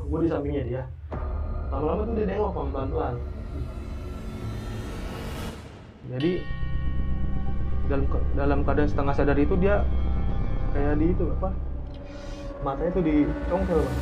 gue di sampingnya dia. Lama-lama tuh dia nengok pelan-pelan. Jadi dalam keadaan setengah sadar itu dia kayak di itu apa? Matanya tuh dicongkel, Bang.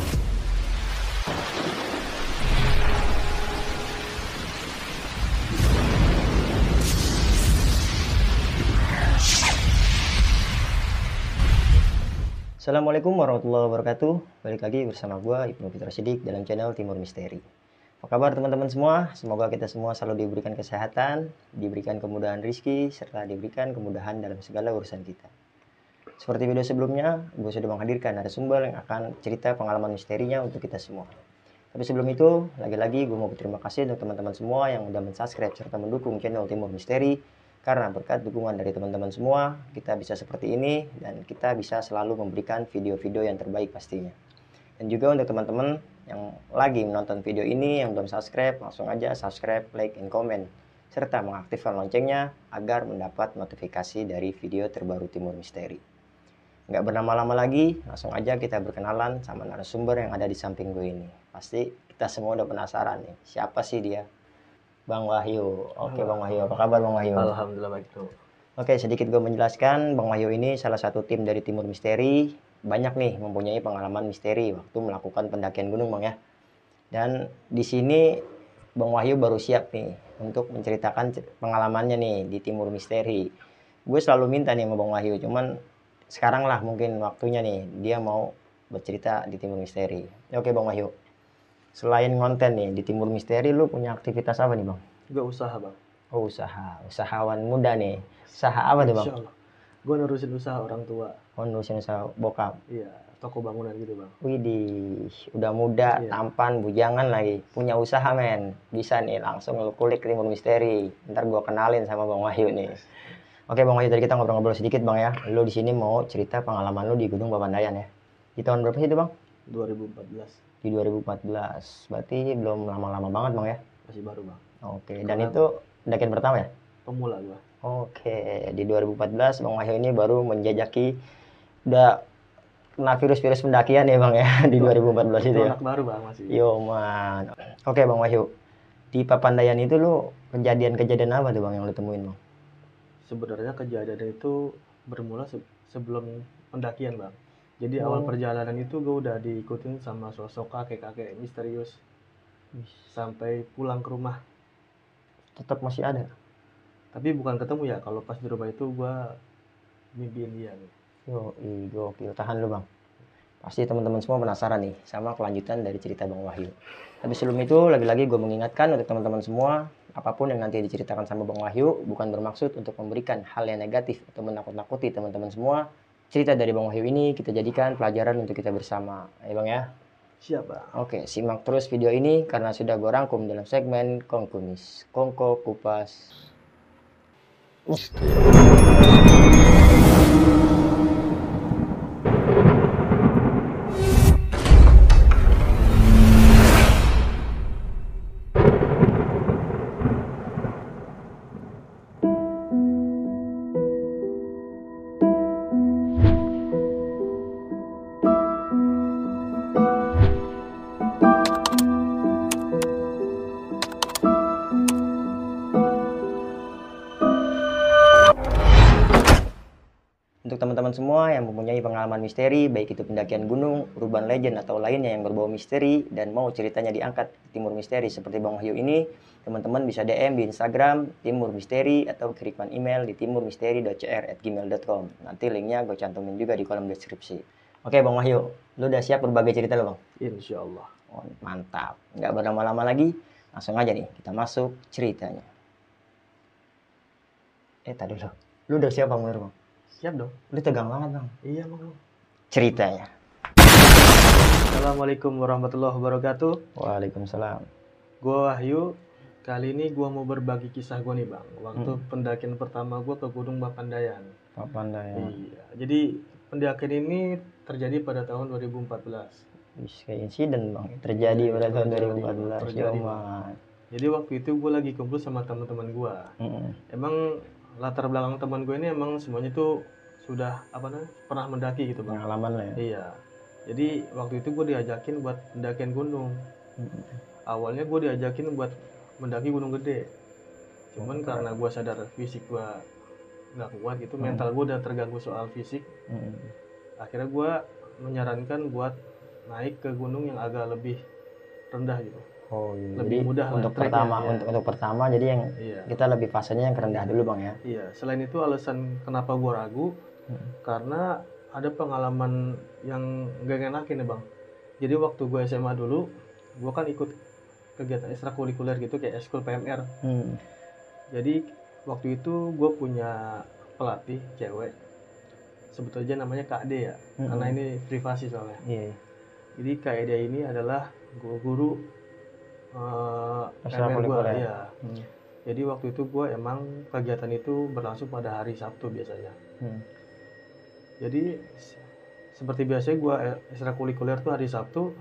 Assalamualaikum warahmatullahi wabarakatuh. Balik lagi bersama gua Ibnu Fitra Sidik dalam channel Timur Misteri. Apa kabar teman-teman semua? Semoga kita semua selalu diberikan kesehatan, diberikan kemudahan rizki, serta diberikan kemudahan dalam segala urusan kita. Seperti video sebelumnya, gue sudah menghadirkan narasumber yang akan cerita pengalaman misterinya untuk kita semua. Tapi sebelum itu, lagi-lagi gue mau berterima kasih untuk teman-teman semua yang udah mensubscribe serta mendukung channel Timur Misteri. Karena berkat dukungan dari teman-teman semua, kita bisa seperti ini dan kita bisa selalu memberikan video-video yang terbaik pastinya. Dan juga untuk teman-teman yang lagi menonton video ini yang belum subscribe, langsung aja subscribe, like, and comment. Serta mengaktifkan loncengnya agar mendapat notifikasi dari video terbaru Timur Misteri. Nggak berlama-lama lagi, langsung aja kita berkenalan sama narasumber yang ada di samping gue ini. Pasti kita semua udah penasaran nih, siapa sih dia? Bang Wahyu. Oke Bang Wahyu, apa kabar Bang Wahyu? Alhamdulillah baik tuh. Oke, sedikit gue menjelaskan, Bang Wahyu ini salah satu tim dari Timur Misteri. Banyak nih mempunyai pengalaman misteri waktu melakukan pendakian gunung Bang ya. Dan di sini Bang Wahyu baru siap nih untuk menceritakan pengalamannya nih di Timur Misteri. Gue selalu minta nih sama Bang Wahyu, cuman sekarang lah mungkin waktunya nih dia mau bercerita di Timur Misteri. Oke Bang Wahyu. Selain konten nih di Timur Misteri, lu punya aktivitas apa nih Bang? Gue usaha, Bang. Oh usaha, usahawan muda nih. Usaha apa tuh Bang? Insyaallah. Gue nerusin usaha orang tua. Oh nurusin usaha bokap. Iya, toko bangunan gitu, Bang. Widih, udah muda, Iya. tampan, bujangan lagi. Punya usaha men. Bisa nih langsung lu kulik Timur Misteri. Ntar gua kenalin sama Bang Wahyu nih. Oke Bang Wahyu, tadi kita ngobrol-ngobrol sedikit Bang ya. Lu di sini mau cerita pengalaman lu di Gunung Papandayan ya. Di tahun berapa sih itu Bang? 2014. Di 2014. Berarti belum lama-lama banget Bang ya. Masih baru, Bang. Oke, dan itu pendakian pertama ya? Pemula gue. Oke, di 2014 Bang Wahyu ini baru menjajaki udah kena virus-virus pendakian ya Bang ya di 2014 itu ya. Anak baru, Bang, masih. Yo man. Oke Bang Wahyu. Di Papandayan itu lu kejadian-kejadian apa tuh Bang yang lu temuin Bang? Sebenarnya kejadian itu bermula sebelum pendakian, Bang. Jadi awal perjalanan itu gue udah diikutin sama sosok kakek-kakek misterius sampai pulang ke rumah. Tetap masih ada. Tapi bukan ketemu ya, kalau pas di rumah itu gue mimpiin dia. Yo, gokil. Tahan lu Bang. Pasti teman-teman semua penasaran nih sama kelanjutan dari cerita Bang Wahyu. Tapi sebelum itu, lagi-lagi gue mengingatkan untuk teman-teman semua, apapun yang nanti diceritakan sama Bang Wahyu bukan bermaksud untuk memberikan hal yang negatif atau menakut-nakuti teman-teman semua. Cerita dari Bang Wahyu ini kita jadikan pelajaran untuk kita bersama. Ya Bang ya? Siap, Bang. Oke, simak terus video ini karena sudah gue rangkum dalam segmen Kongkumis. Kongko Kupas. Untuk teman-teman semua yang mempunyai pengalaman misteri, baik itu pendakian gunung, urban legend, atau lainnya yang berbau misteri, dan mau ceritanya diangkat di Timur Misteri seperti Bang Wahyu ini, teman-teman bisa DM di Instagram Timur Misteri atau kirimkan email di timurmisteri.cr@gmail.com. Nanti linknya gue cantumin juga di kolom deskripsi. Oke Bang Wahyu, lu udah siap berbagi cerita lo Bang? Insyaallah. Oh, mantap, nggak berlama-lama lagi, langsung aja nih kita masuk ceritanya. Tadi lu udah siap Bang Wahyu Bang? Siap dong. Lu tegang banget Bang. Iya, Bang. Ceritanya. Assalamualaikum warahmatullahi wabarakatuh. Waalaikumsalam. Gue Wahyu. Kali ini gue mau berbagi kisah gue nih, Bang. Waktu pendakian pertama gue ke Gunung Papandayan. Papandayan. Iya. Jadi pendakian ini terjadi pada tahun 2014. Kayak insiden Bang. Terjadi pada tahun 2014. Terjadi, Bang. Jadi waktu itu gue lagi kumpul sama teman-teman gue. Emang latar belakang teman gue ini emang semuanya tuh sudah pernah mendaki gitu Bang. Pengalaman lah ya. Iya. Jadi waktu itu gue diajakin buat mendakian gunung. Awalnya gue diajakin buat mendaki Gunung Gede. Cuman karena gue sadar fisik gue nggak kuat gitu, mental gue udah terganggu soal fisik. Akhirnya gue menyarankan buat naik ke gunung yang agak lebih rendah gitu. Oh iya. Lebih Jadi mudah lah untuk treknya, pertama, ya. untuk pertama jadi yang Iya. kita lebih fasenya yang kerendah dulu bang ya. Iya. Selain itu alasan kenapa gue ragu, karena ada pengalaman yang gak enakin ya bang. Jadi waktu gue SMA dulu, gue kan ikut kegiatan ekstrakurikuler gitu kayak ekskul PMR. Jadi waktu itu gue punya pelatih cewek, sebut aja namanya Kak D ya, karena ini privasi soalnya. Iya. Jadi Kak D ini adalah guru PMR gue Ekstrakurikuler. ya. Jadi waktu itu gue emang kegiatan itu berlangsung pada hari Sabtu biasanya. Jadi seperti biasa gue ekstrakurikuler tuh hari Sabtu,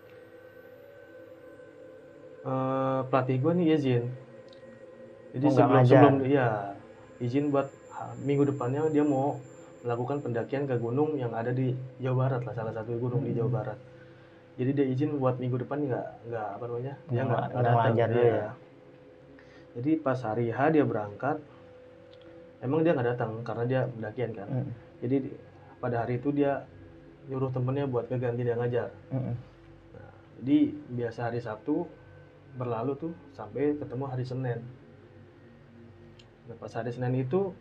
pelatih gue nih izin. Jadi sebelum iya izin buat minggu depannya dia mau melakukan pendakian ke gunung yang ada di Jawa Barat lah, salah satu gunung di Jawa Barat. Jadi dia izin buat minggu depan nggak apa namanya, dia nggak datang ya. Jadi pas hari H dia berangkat, emang dia nggak datang karena dia pendakian kan. Jadi pada hari itu dia nyuruh temennya buat ngeganti dia ngajar. Nah, jadi biasa hari Sabtu berlalu tuh sampai ketemu hari Senin. Nah, pas hari Senin itu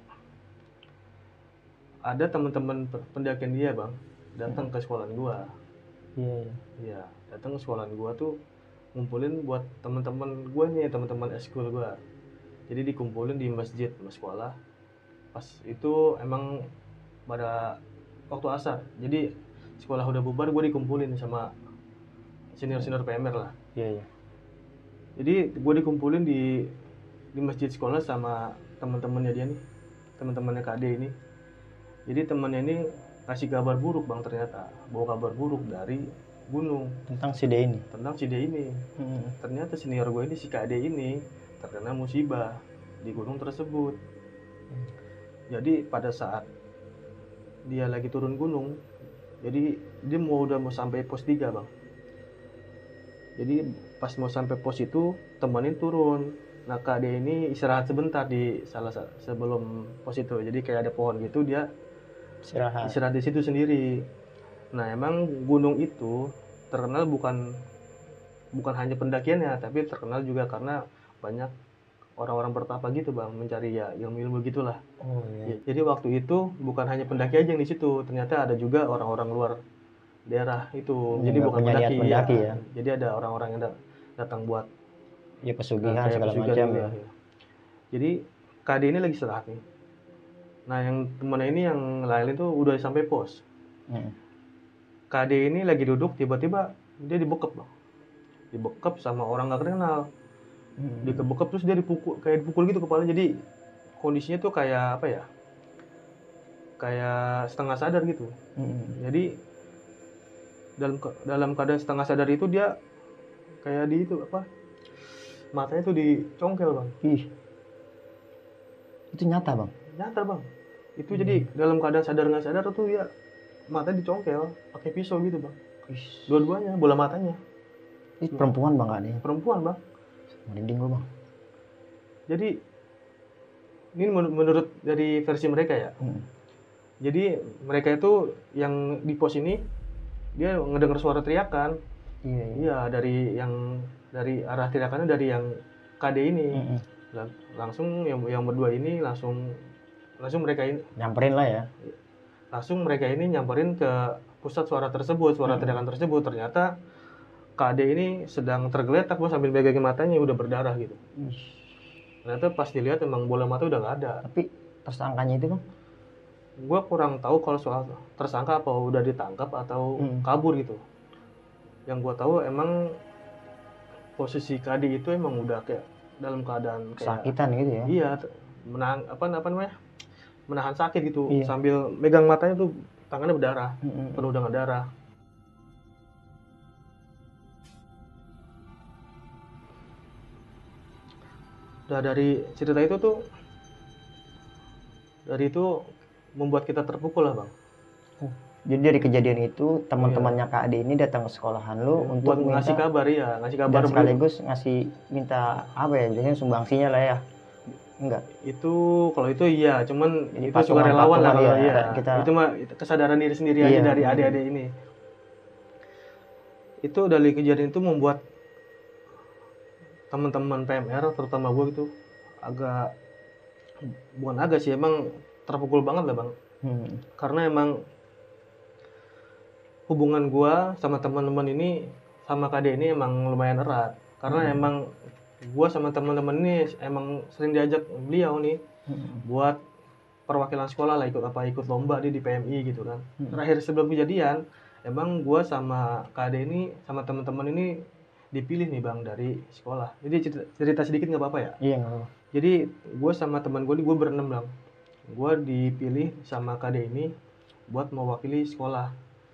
ada teman-teman pendakian dia bang datang ke sekolahan gua. Iya, datang ke sekolahan gua tuh ngumpulin buat teman-teman gua nih, teman-teman eskul gua. Jadi dikumpulin di masjid sekolah. Pas itu emang pada waktu asar. Jadi sekolah udah bubar, gua dikumpulin sama senior PMR lah. Iya. Jadi gua dikumpulin di masjid sekolah sama teman-temannya dia nih, teman-temannya KD ini. Jadi temannya ini kasih kabar buruk bang, ternyata bawa kabar buruk dari gunung tentang si D ini. Ternyata senior gue ini, si KD ini terkena musibah di gunung tersebut. Jadi pada saat dia lagi turun gunung, jadi dia udah mau sampai pos 3 bang. Jadi pas mau sampai pos itu temenin turun. Nah KD ini istirahat sebentar di sebelum pos itu. Jadi kayak ada pohon gitu, dia istirahat di situ sendiri. Nah emang gunung itu terkenal bukan hanya pendakiannya, tapi terkenal juga karena banyak orang-orang bertapa gitu bang, mencari ya ilmu-ilmu gitulah. Jadi waktu itu bukan hanya pendaki aja yang di situ, ternyata ada juga orang-orang luar daerah itu. Jadi bukan pendaki ya. Jadi ada orang-orang yang datang buat ya pesugihan segala macam ya. Jadi KD ini lagi istirahat nih. Nah yang temennya ini yang lain itu udah sampai pos. KD ini lagi duduk, tiba-tiba dia dibekep bang. Dibekep sama orang gak kenal. Dibekep terus dia dipukul gitu kepala. Jadi kondisinya tuh kayak apa ya, kayak setengah sadar gitu. Jadi dalam keadaan setengah sadar itu dia kayak di itu apa, matanya tuh dicongkel bang. Itu nyata bang? Nyata bang. Itu jadi dalam keadaan sadar nggak sadar tuh ya matanya dicongkel pakai pisau gitu bang. Dua-duanya bola matanya. Ini perempuan bang ada? Perempuan bang. Merinding gue bang. Jadi ini menurut dari versi mereka ya. Jadi mereka itu yang di pos ini dia ngedengar suara teriakan. Iya dari arah teriakannya dari yang KD ini. Langsung yang berdua ini langsung mereka ini nyamperin lah ya. Langsung mereka ini nyamperin ke pusat suara tersebut, teriakan tersebut. Ternyata KD ini sedang tergeletak bang, sambil megangin matanya udah berdarah gitu. Ternyata pas dilihat emang bola mata udah nggak ada. Tapi tersangkanya itu bang? Gue kurang tahu kalau soal tersangka apa udah ditangkap atau kabur gitu. Yang gue tahu emang posisi KD itu emang udah kayak dalam keadaan kayak sakitan gitu ya. Iya, menahan sakit gitu. Sambil megang matanya tuh tangannya berdarah, penuh dengan darah. Nah dari cerita itu tuh, membuat kita terpukul lah bang. Jadi dari kejadian itu teman-temannya Kak Ade ini datang ke sekolahan lu untuk buat ngasih minta kabar, ya ngasih kabar dan sekaligus ngasih minta apa ya, biasanya sumbangsinya lah ya. Enggak. itu. Kalau itu iya, cuman Jadi itu suka relawan lah kalau iya. kita Itu mah kesadaran diri sendiri iya, aja dari adik-adik ini. Itu dari kejadian itu membuat teman-teman PMR terutama gue gitu agak, bukan agak sih, emang terpukul banget lah bang. Karena emang hubungan gue sama teman-teman ini sama KD ini emang lumayan erat. Karena emang gue sama teman-teman ini emang sering diajak beliau nih buat perwakilan sekolah lah, ikut lomba di PMI gitu kan. Terakhir sebelum kejadian emang gue sama KD ini sama teman-teman ini dipilih nih bang dari sekolah. Jadi cerita sedikit nggak apa-apa ya? Iya nggak apa-apa. Jadi gue sama teman gue berenam bang. Gue dipilih sama KD ini buat mewakili sekolah.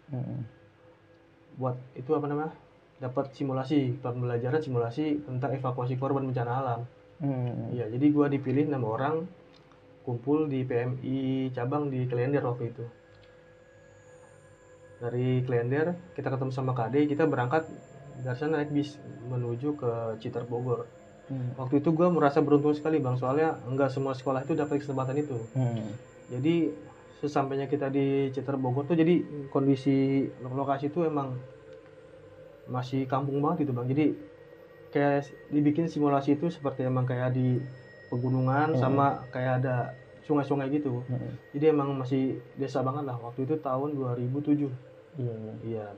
Buat itu apa namanya? Dapat simulasi, pembelajaran simulasi tentang evakuasi korban bencana alam. Iya, jadi gue dipilih 6 orang kumpul di PMI cabang di Klender waktu itu. Dari Klender kita ketemu sama KD, kita berangkat dari sana naik bis menuju ke Citer Bogor. Waktu itu gue merasa beruntung sekali bang, soalnya enggak semua sekolah itu dapat kesempatan itu. Jadi sesampainya kita di Citer Bogor tuh, jadi kondisi lokasi itu emang masih kampung banget gitu bang. Jadi kayak dibikin simulasi itu seperti emang kayak di pegunungan sama kayak ada sungai-sungai gitu. Jadi emang masih desa banget lah. Waktu itu tahun 2007. Iya.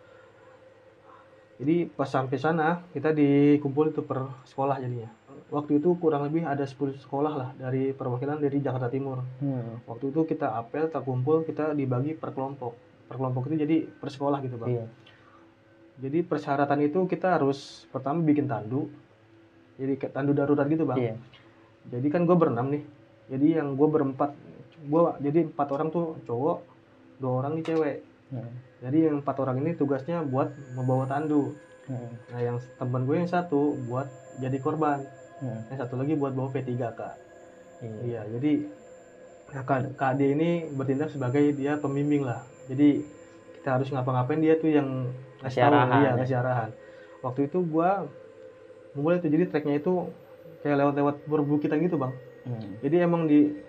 Jadi pas sampai sana kita dikumpul itu per sekolah jadinya. Waktu itu kurang lebih ada 10 sekolah lah dari perwakilan dari Jakarta Timur. Waktu itu kita apel, terkumpul, kita dibagi per kelompok. Per kelompok itu jadi per sekolah gitu bang. Jadi persyaratan itu kita harus pertama bikin tandu. Jadi kayak tandu darurat gitu bang. Jadi kan gue berenam nih. Jadi yang gue berempat, jadi 4 orang tuh cowok, 2 orang nih cewek. Jadi yang 4 orang ini tugasnya buat membawa tandu. Nah yang teman gue yang satu buat jadi korban. Yang satu lagi buat bawa P3K. Iya, jadi nah, KD ini bertindak sebagai dia pembimbing lah. Jadi kita harus ngapa-ngapain, dia tuh yang ngasih arahan. Waktu itu gue mulai tuh, jadi treknya itu kayak lewat perbukitan gitu bang. Jadi emang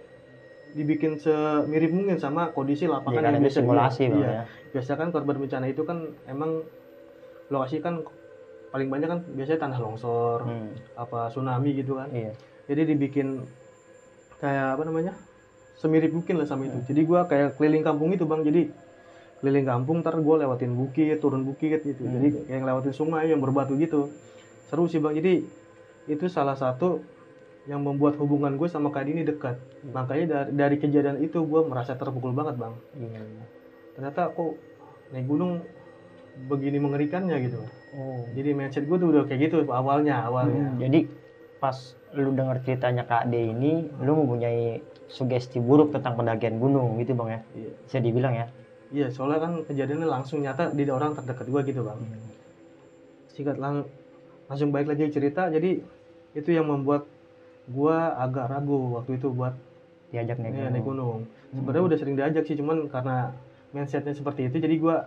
dibikin semirip mungkin sama kondisi lapangan yang biasa simulasi bang ya. Biasa kan korban bencana itu kan emang lokasi kan paling banyak kan biasanya tanah longsor, apa tsunami gitu kan. Jadi dibikin kayak apa namanya, semirip mungkin lah sama itu. Jadi gue kayak keliling kampung itu bang. Jadi keliling kampung, ntar gue lewatin bukit, turun bukit gitu. Jadi kayak ngelewatin sungai yang berbatu gitu. Seru sih bang. Jadi itu salah satu yang membuat hubungan gue sama KD ini dekat. Makanya dari kejadian itu gue merasa terpukul banget bang. Ternyata kok naik gunung begini mengerikannya gitu. Jadi mindset gue tuh udah kayak gitu awalnya. Jadi pas lu dengar ceritanya Kak D ini, lu mempunyai sugesti buruk tentang pendakian gunung gitu bang ya? Bisa dibilang ya? Iya, soalnya kan kejadiannya langsung nyata di orang terdekat gue gitu bang. Singkat langsung balik lagi cerita. Jadi itu yang membuat gue agak ragu waktu itu buat diajak naik gunung. Sebenarnya udah sering diajak sih, cuman karena mindsetnya seperti itu, jadi gue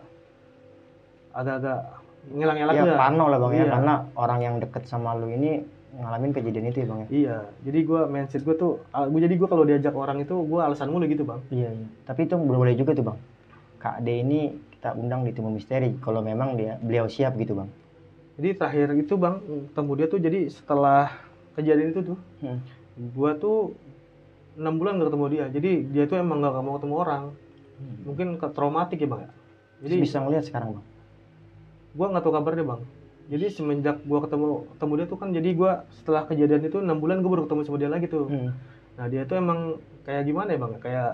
agak-agak ngelak-ngelak ya, pano lah bang ya, karena orang yang deket sama lu ini ngalamin kejadian itu ya bang ya. Iya, jadi gue mindset gue tuh, jadi gue kalau diajak orang itu gue alasan mulu gitu bang. Iya. Tapi itu boleh juga tuh bang, Kak D ini kita undang di Timur Misteri kalau memang beliau siap gitu bang. Jadi terakhir itu bang, ketemu dia tuh, jadi setelah kejadian itu tuh, gue tuh 6 bulan gak ketemu dia. Jadi dia tuh emang gak mau ketemu orang. Mungkin traumatik ya bang ya. Jadi bisa ngeliat sekarang bang? Gue gak tahu kabarnya bang. Jadi semenjak gue ketemu dia tuh kan, jadi gue setelah kejadian itu 6 bulan gue baru ketemu sama dia lagi tuh. Nah dia tuh emang kayak gimana ya bang, kayak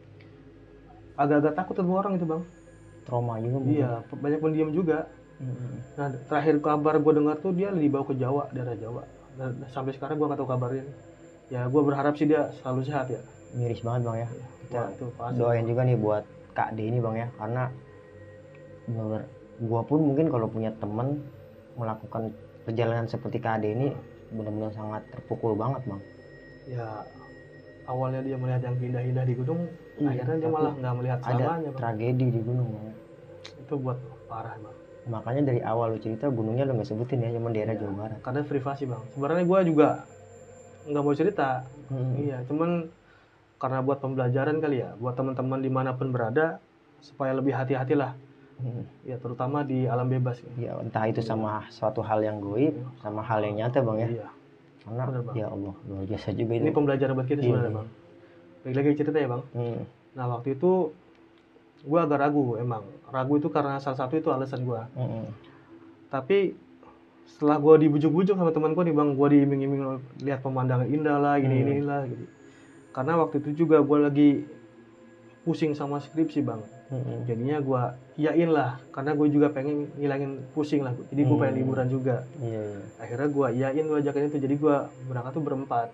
agak-agak takut ketemu orang itu bang. Trauma juga bang. Iya, banyak pendiam juga. Nah terakhir kabar gue dengar tuh dia dibawa ke Jawa, daerah Jawa. Nah, sampai sekarang gue gak tahu kabarnya. Ya gue berharap sih dia selalu sehat ya. Miris banget bang ya. Kita doain juga nih buat Kak D ini bang ya, karena bener, gue pun mungkin kalau punya temen melakukan perjalanan seperti Kak D ini benar-benar sangat terpukul banget bang. Ya awalnya dia melihat yang indah-indah di gunung, Akhirnya dia tapi malah nggak melihat ada selamanya bang. tragedi di gunung Bang. Itu buat parah bang. Makanya dari awal lu cerita gunungnya lu nggak sebutin ya, cuma daerah Iya, Jawa Barat. karena privasi bang. Sebenarnya gue juga nggak mau cerita. Iya, cuman karena buat pembelajaran kali ya, buat teman-teman dimanapun berada, supaya lebih hati-hati lah. Ya terutama di alam bebas. Ya entah itu sama suatu hal yang goib, sama hal yang nyata bang ya. Iya. Karena Bener, Bang. ya Allah luar biasa juga itu. Ini pembelajaran buat kita sebenarnya Iya. bang. Lagi cerita ya bang. Nah waktu itu gue agak ragu emang. Ragu itu karena salah satu itu alasan gue. Tapi setelah gue dibujuk-bujuk sama teman gue nih bang, gue diiming-iming lihat pemandangan indah lah, gini lah gitu. Karena waktu itu juga gue lagi pusing sama skripsi bang. Jadinya gue iyain lah, karena gue juga pengen ngilangin pusing lah. Jadi gue pengen liburan juga. Akhirnya gue iyain, gue ajakin itu. Jadi gue berangkat tuh berempat.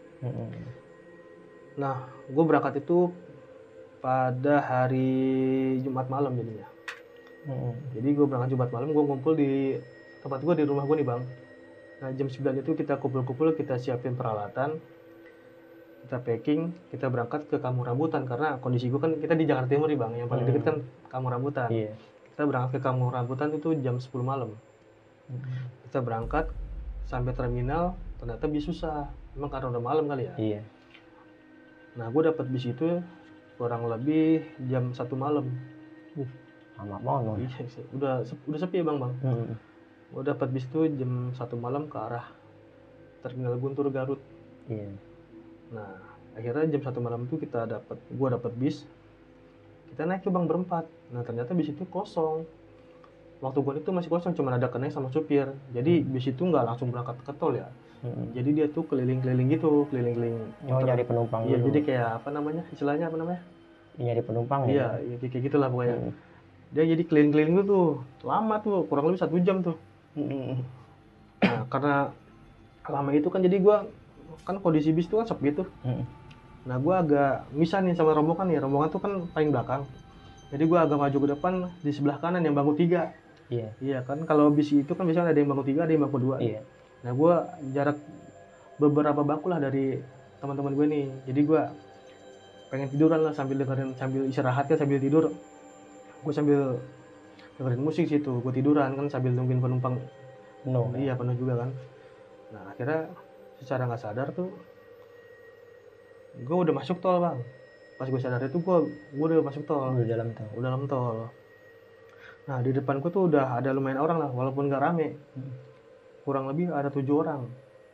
Nah gue berangkat itu pada hari Jumat malam jadinya. Jadi gue berangkat Jumat malam, gue ngumpul di tempat gue, di rumah gue nih bang. Nah jam 9 itu kita kumpul-kumpul, kita siapin peralatan, kita packing, kita berangkat ke Kampung Rambutan. Karena kondisi gue kan, kita di Jakarta Timur nih bang, yang paling deket kan Kampung Rambutan. Kita berangkat ke Kampung Rambutan itu jam 10 malam. Kita berangkat sampai terminal, ternyata bis susah, emang karena udah malam kali ya. Nah gue dapet bis itu kurang lebih jam 1 malam. Lama banget. Iya, udah sepi ya bang. Gue dapet bis itu jam 1 malam ke arah terminal Guntur Garut. Nah akhirnya jam 1 malam itu gue dapet bis, kita naik ke bang berempat. Nah ternyata bis itu kosong. Waktu gue itu masih kosong, cuma ada Keneng sama supir. Jadi bis itu nggak langsung berangkat ke tol ya. Jadi dia tuh keliling-keliling gitu, keliling-keliling. Nyari penumpang. Iya, jadi kayak apa namanya, istilahnya apa namanya? Nyari penumpang. Iya, kayak gitulah pokoknya. Dia jadi keliling-keliling itu tuh lama tuh, kurang lebih 1 jam tuh. Nah karena lama itu kan, jadi gue kan kondisi bis itu kan sepi tuh. Nah gue agak misah nih sama rombongan nih. Rombongan tuh kan paling belakang. Jadi gue agak maju ke depan, di sebelah kanan yang bangku 3. Iya kan, kalau bis itu kan biasanya ada yang bangku 3, ada yang bangku 2. Nah gue jarak beberapa bangku lah dari teman-teman gue nih. Jadi gue pengen tiduran lah, sambil istirahat kan, sambil tidur. Gue sambil dengerin musik situ, gue tiduran kan sambil nungguin penumpang. Iya penuh juga kan. Nah akhirnya secara nggak sadar tuh gue udah masuk tol bang. Pas gue sadar itu gue udah masuk tol. Udah dalam tol. Nah di depan gue tuh udah ada lumayan orang lah, walaupun nggak rame. Kurang lebih ada 7 orang.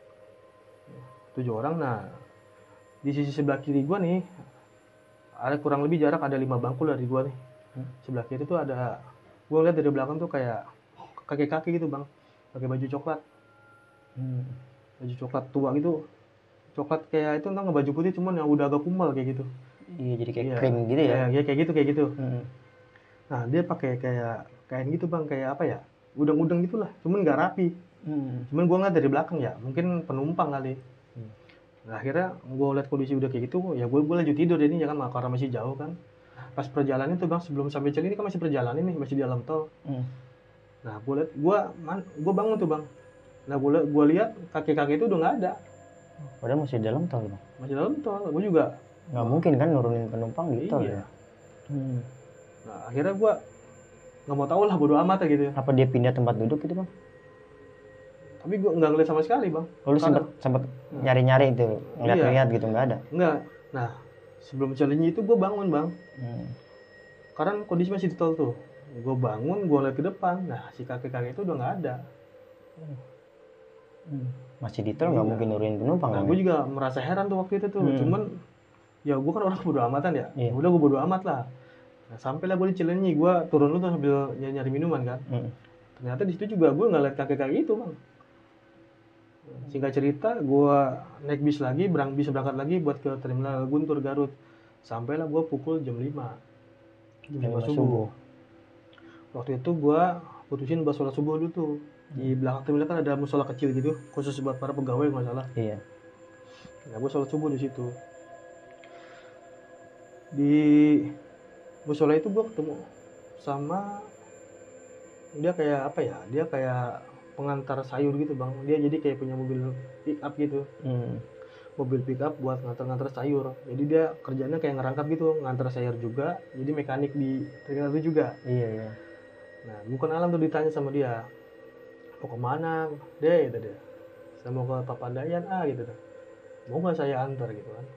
7 orang. Nah di sisi sebelah kiri gue nih ada kurang lebih jarak ada 5 bangku dari gue nih. Sebelah kiri tuh ada, gue lihat dari belakang tuh kayak kakek-kakek gitu bang, pakai baju coklat. Baju coklat tua gitu, coklat kayak itu, entah baju putih cuman yang udah agak kumal kayak gitu. Iya, jadi kayak krim gitu ya. Iya kayak gitu. Nah dia pakai kayak kain gitu bang, kayak apa ya, udang-udang gitulah, cuman nggak rapi. Cuman gue ngeliat dari belakang ya, mungkin penumpang kali. Nah akhirnya gue lihat kondisi udah kayak gitu, ya gue lanjut tidur ini ya kan, karena masih jauh kan. Pas perjalanan itu bang, sebelum sampai Cilenyi kan masih perjalanan nih, masih di dalam tol. Nah gue bangun tuh bang. Nah gue lihat kakek-kakek itu udah nggak ada. Padahal masih dalam tol bang. Masih dalam tol, gue juga nggak mungkin kan nurunin penumpang di tol ya. Nah akhirnya gue nggak mau tahu lah, bodo amat ya gitu. Apa dia pindah tempat duduk gitu bang? Tapi gue nggak ngeliat sama sekali bang. Lu sempet nyari-nyari itu, ngeliat gitu, nggak ada? Nggak. Nah sebelum Cilenyi itu gue bangun bang. Karena kondisi masih di tol tuh. Gue bangun, gue lihat ke depan. Nah si kakek-kakek itu udah nggak ada. Masih di tol nggak mungkin nurunin penumpang. Nah gue juga merasa heran tuh waktu itu tuh. Cuman ya gue kan orang bodo amatan ya. Udah gue bodo amat lah. Nah sampailah gue di Cilenyi, gue turun dulu tuh sambil nyari minuman kan. Ternyata di situ juga gue nggak lihat kakek-kakek itu bang. Singkat cerita, gue naik bis lagi, berangkat lagi buat ke terminal Guntur Garut. Sampailah gue pukul jam 5 subuh. Waktu itu gue putusin buat sholat subuh dulu tuh. Di belakang terminal kan ada musola kecil gitu, khusus buat para pegawai nggak salah. Nah gue sholat subuh di situ. Di musola itu gue ketemu sama dia kayak apa ya? Dia kayak pengantar sayur gitu bang. Dia jadi kayak punya mobil pick up gitu. mobil pickup buat nganter-nganter sayur. Jadi dia kerjanya kayak ngerangkap gitu, nganter sayur juga, jadi mekanik di terminal itu juga. Iya. Nah, bukan alam tuh ditanya sama dia, mau kemana deh, gitu dia. Saya mau ke Papandayan gitu tuh. Mau nggak saya antar gitu kan.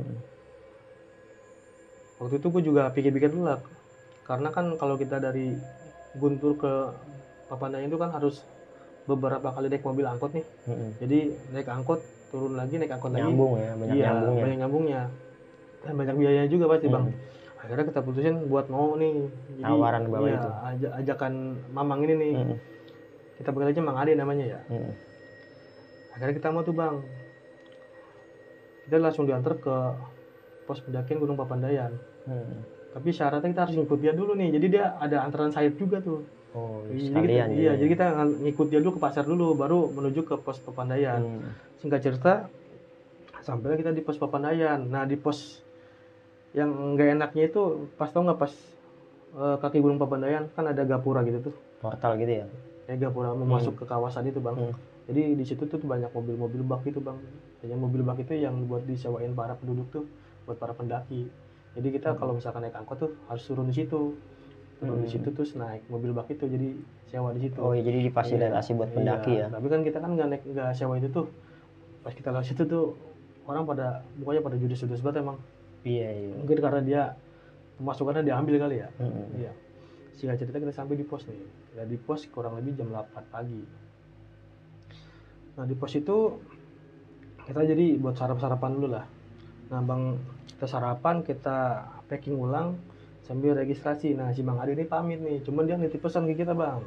Waktu itu gue juga pikir-pikir dulu lah, karena kan kalau kita dari Guntur ke Papandayan itu kan harus beberapa kali naik mobil angkot nih. Jadi naik angkot, turun lagi, naik angkot lagi. Nyambung ya, banyak iya, nyambungnya. banyak nyambungnya. Dan banyak biayanya juga pasti bang. Akhirnya kita putusin buat mau nih. Jadi, tawaran bawah iya, itu. Ajakan Mamang ini nih. Kita panggil aja Mang Ade namanya ya. Akhirnya kita mau tuh bang. Kita langsung diantar ke pos pendakian Gunung Papandayan. Tapi syaratnya kita harus ngikut dia dulu nih. Jadi dia ada antaran sayap juga tuh. Oh, sekalian. Jadi kita ngikut dia dulu ke pasar dulu, baru menuju ke pos Papandayan. Singkat cerita, sampailah kita di pos Papandayan. Nah di pos yang nggak enaknya itu pas tau nggak, pas kaki Gunung Papandayan kan ada gapura gitu tuh. Portal gitu ya? Gapura mau masuk ke kawasan itu bang. Jadi di situ tuh banyak mobil-mobil bak gitu bang. Yang mobil bak itu yang buat disewain para penduduk tuh, buat para pendaki. Jadi kita kalau misalkan naik angkot tuh harus turun di situ. Turun di situ terus naik mobil bak itu, jadi sewa di situ. Oh ya, jadi difasilitasi buat pendaki ya. Tapi kan kita kan nggak sewa itu tuh. Pas kita lewat situ tuh orang pada mukanya pada judes-judes banget emang. Iya. Mungkin karena dia pemasukannya diambil kali ya. Iya. Singkat cerita kita sampai di pos nih. Ya di pos kurang lebih jam 8 pagi. Nah di pos itu kita jadi buat sarapan dulu lah. Nah bang, kita sarapan, kita packing ulang sambil registrasi. Nah si Bang Ade ini pamit nih, cuman dia nitip pesan ke kita bang.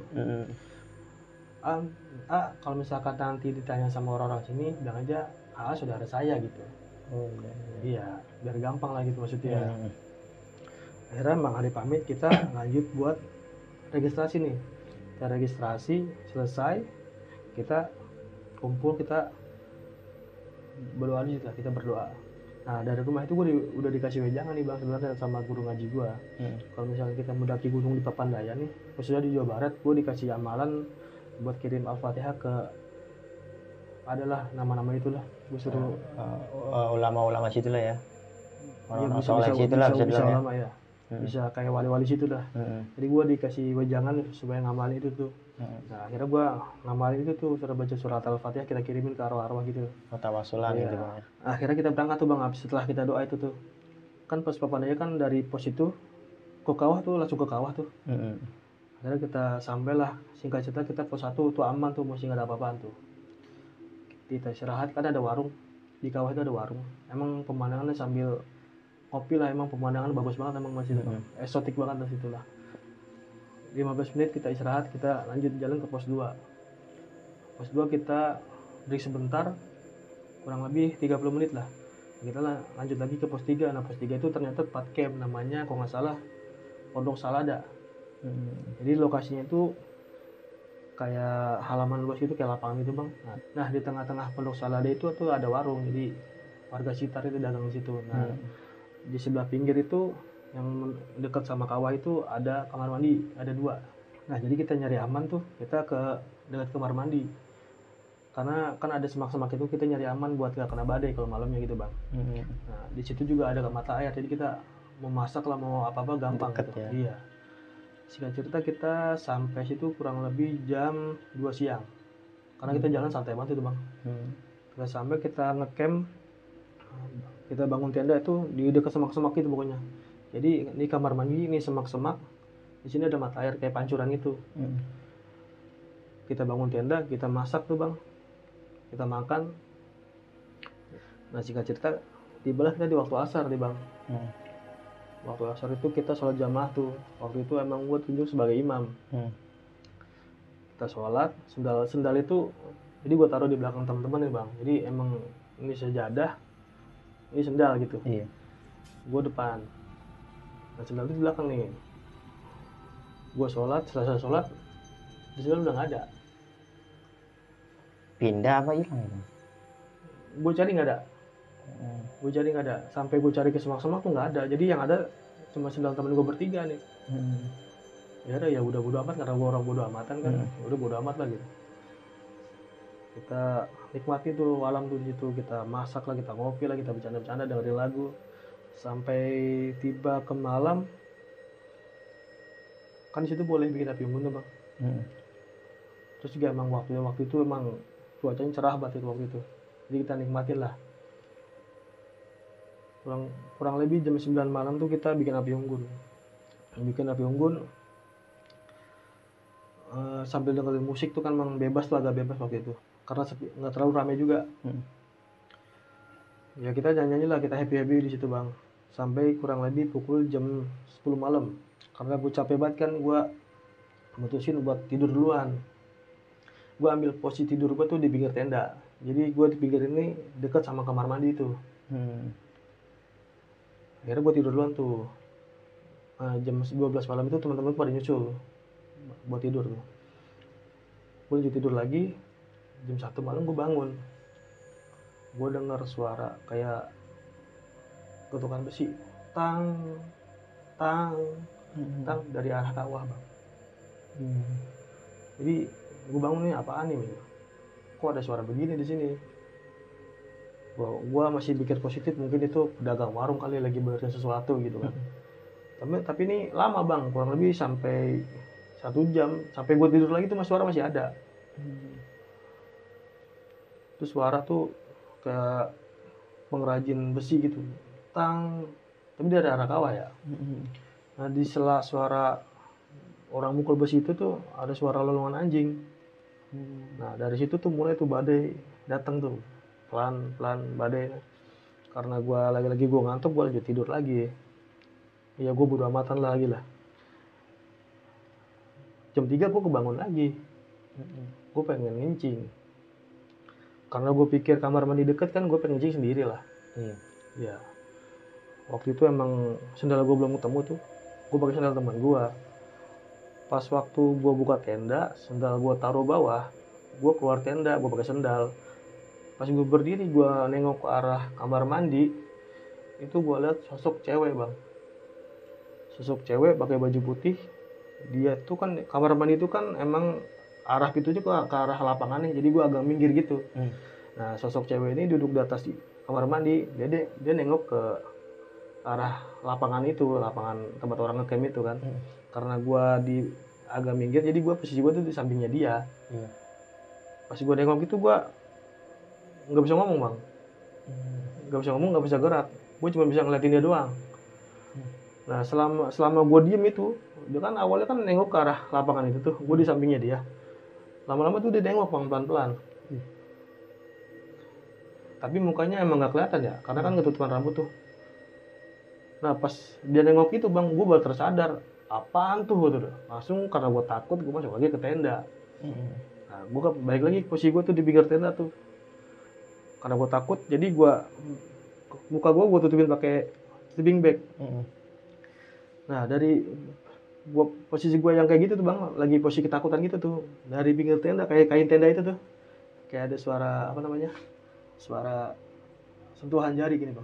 Kalau misalkan nanti ditanya sama orang-orang sini, bilang aja saudara saya gitu. Iya, biar gampang lah gitu maksudnya. Akhirnya Bang Ade pamit, kita lanjut buat registrasi nih. Kita registrasi selesai, kita kumpul, kita berdoa di situ, kita berdoa. Nah dari rumah itu gue udah dikasih wejangan nih bang sebenarnya sama guru ngaji gue. Kalau misalnya kita mendaki gunung di Papandayan nih, khususnya di Jawa Barat, gue dikasih amalan buat kirim Al-Fatihah ke adalah nama-nama itulah. Gue suruh ulama-ulama situ lah ya. Orang-orang soleh situ lah bisa ulama ya. Bisa kayak wali-wali situ dah. Jadi gue dikasih wejangan supaya ngamalin itu tuh. Nah akhirnya gue ngamalin itu tuh, suruh baca surat Al-Fatihah, kita kirimin ke arwah-arwah gitu. Tawasulan gitu bang. Akhirnya kita berangkat tuh bang, setelah kita doa itu tuh. Kan pos Papandayan kan dari pos itu ke kawah tuh, langsung ke kawah tuh. Akhirnya kita sampailah, singkat cerita kita pos 1 tuh aman tuh, masih nggak ada apa-apaan tuh. Kita istirahat, kan ada warung. Di kawah itu ada warung. Emang pemandangannya sambil kopi lah, emang pemandangan bagus banget emang masih eksotik banget di situ lah. 15 menit kita istirahat, kita lanjut jalan ke pos 2. Pos 2 kita break sebentar, kurang lebih 30 menit lah. Kita lanjut lagi ke pos 3. Nah pos 3 itu ternyata tempat camp, namanya kalau nggak salah Pondok Salada. Jadi lokasinya itu kayak halaman luas gitu, kayak lapangan gitu bang. Nah di tengah-tengah Pondok Salada itu tuh ada warung, jadi warga sekitar itu dagang di situ. Nah di sebelah pinggir itu yang dekat sama kawah itu ada kamar mandi, ada 2. Nah jadi kita nyari aman tuh, kita ke dekat kamar mandi, karena kan ada semak-semak itu, kita nyari aman buat gak kena badai kalau malamnya gitu bang. Nah di situ juga ada mata air, jadi kita mau masak lah, mau apa-apa gampang deket gitu. Ya. Iya. Singkat cerita kita sampai situ kurang lebih jam 2 siang, karena kita jalan santai banget itu bang. Kita sampai, kita ngecamp, kita bangun tenda itu di dekat semak-semak itu pokoknya. Jadi di kamar mandi ini semak-semak, di sini ada mata air kayak pancuran itu. Kita bangun tenda, kita masak tuh bang, kita makan. Nah singkat cerita, tibalah kita di waktu asar nih bang. Waktu asar itu kita sholat jamaah tuh. Waktu itu emang gue tunjuk sebagai imam. Kita sholat, sendal itu, jadi gue taruh di belakang teman-teman nih bang. Jadi emang ini sejadah, ini sendal gitu. Gue depan. Nah sendal itu di belakang nih. Gue sholat, selesai sholat, di sendal udah nggak ada. Pindah apa hilang? Gue cari nggak ada. Gue cari nggak ada. Sampai gue cari ke semak-semak tuh nggak ada. Jadi yang ada cuma sendal temen gue bertiga nih. Ya udah, ya udah bodo amat, karena gue orang bodo amatan kan. Udah bodo amat lah gitu. Kita nikmati tuh alam tuh di situ, kita masak lah, kita ngopi lah, kita bercanda-bercanda dengerin lagu sampai tiba ke malam. Kan di situ boleh bikin api unggun tuh bang. Terus juga emang waktu itu emang cuacanya cerah banget itu waktu itu, jadi kita nikmatin lah. Kurang lebih jam 9 malam tuh kita bikin api unggun. Sambil dengerin musik tuh kan emang bebas tuh, agak bebas waktu itu karena sepi, nggak terlalu ramai juga. Ya kita nyanyi lah, kita happy di situ bang, sampai kurang lebih pukul jam 10 malam. Karena gue capek banget kan, gue mutusin buat tidur duluan. Gue ambil posisi tidur gue tuh di pinggir tenda, jadi gue di pinggir ini dekat sama kamar mandi tuh. Akhirnya gue tidur duluan tuh. Jam 12 malam itu teman-teman pada nyusul buat tidur tuh. Gue lanjut tidur lagi. Jam 1 malam gue bangun, gue dengar suara kayak ketukan besi, tang tang tang dari arah kawah bang. Jadi gue bangun, nih apaan nih, kok ada suara begini di sini. Gue masih pikir positif, mungkin itu pedagang warung kali lagi benerin sesuatu gitu kan. Tapi ini lama bang, kurang lebih sampai 1 jam, sampai gue tidur lagi tuh suara masih ada. Terus suara tuh kayak pengrajin besi gitu, tang, tapi dari arah kawah ya. Nah di sela suara orang mukul besi itu tuh ada suara lolongan anjing. Nah dari situ tuh mulai tuh badai datang tuh, pelan-pelan badai. Karena gue lagi-lagi gue ngantuk, gue lanjut tidur lagi. Ya gue bodo amatan lagi lah. Jam 3 gue kebangun lagi. Gue pengen ngencing. Karena gue pikir kamar mandi deket kan, gue pengen ngencing sendiri lah. Ya. Waktu itu emang sendal gue belum ketemu tuh. Gue pakai sendal teman gue. Pas waktu gue buka tenda, sendal gue taruh bawah. Gue keluar tenda, gue pakai sendal. Pas gue berdiri, gue nengok ke arah kamar mandi. Itu gue lihat sosok cewek bang. Sosok cewek pakai baju putih. Dia tuh kan, kamar mandi itu kan emang arah pintunya ke arah lapangannya, jadi gue agak minggir gitu. Nah sosok cewek ini duduk di atas kamar mandi, dia nengok ke arah lapangan itu, lapangan tempat orang ngecamp itu kan. Karena gue agak minggir, jadi posisi gue tuh di sampingnya dia. Pas gue nengok itu, gue nggak bisa ngomong bang, nggak bisa gerak, gue cuma bisa ngeliatin dia doang. Nah selama gue diem itu, dia kan awalnya kan nengok ke arah lapangan itu tuh, gue di sampingnya dia. Lama-lama tuh dia nengok bang, pelan-pelan. Tapi mukanya emang gak kelihatan ya, karena kan ketutupan rambut tuh. Nah pas dia nengok itu bang, gue baru tersadar, apaan tuh gitu. Langsung karena gue takut, gue masuk lagi ke tenda. Nah gue balik lagi posisi gue tuh di pinggir tenda tuh. Karena gue takut, jadi muka gue tutupin pakai sleeping bag. Nah dari posisi gue yang kayak gitu tuh bang, lagi posisi ketakutan gitu tuh, dari pinggir tenda kayak kain tenda itu tuh kayak ada suara suara sentuhan jari gini bang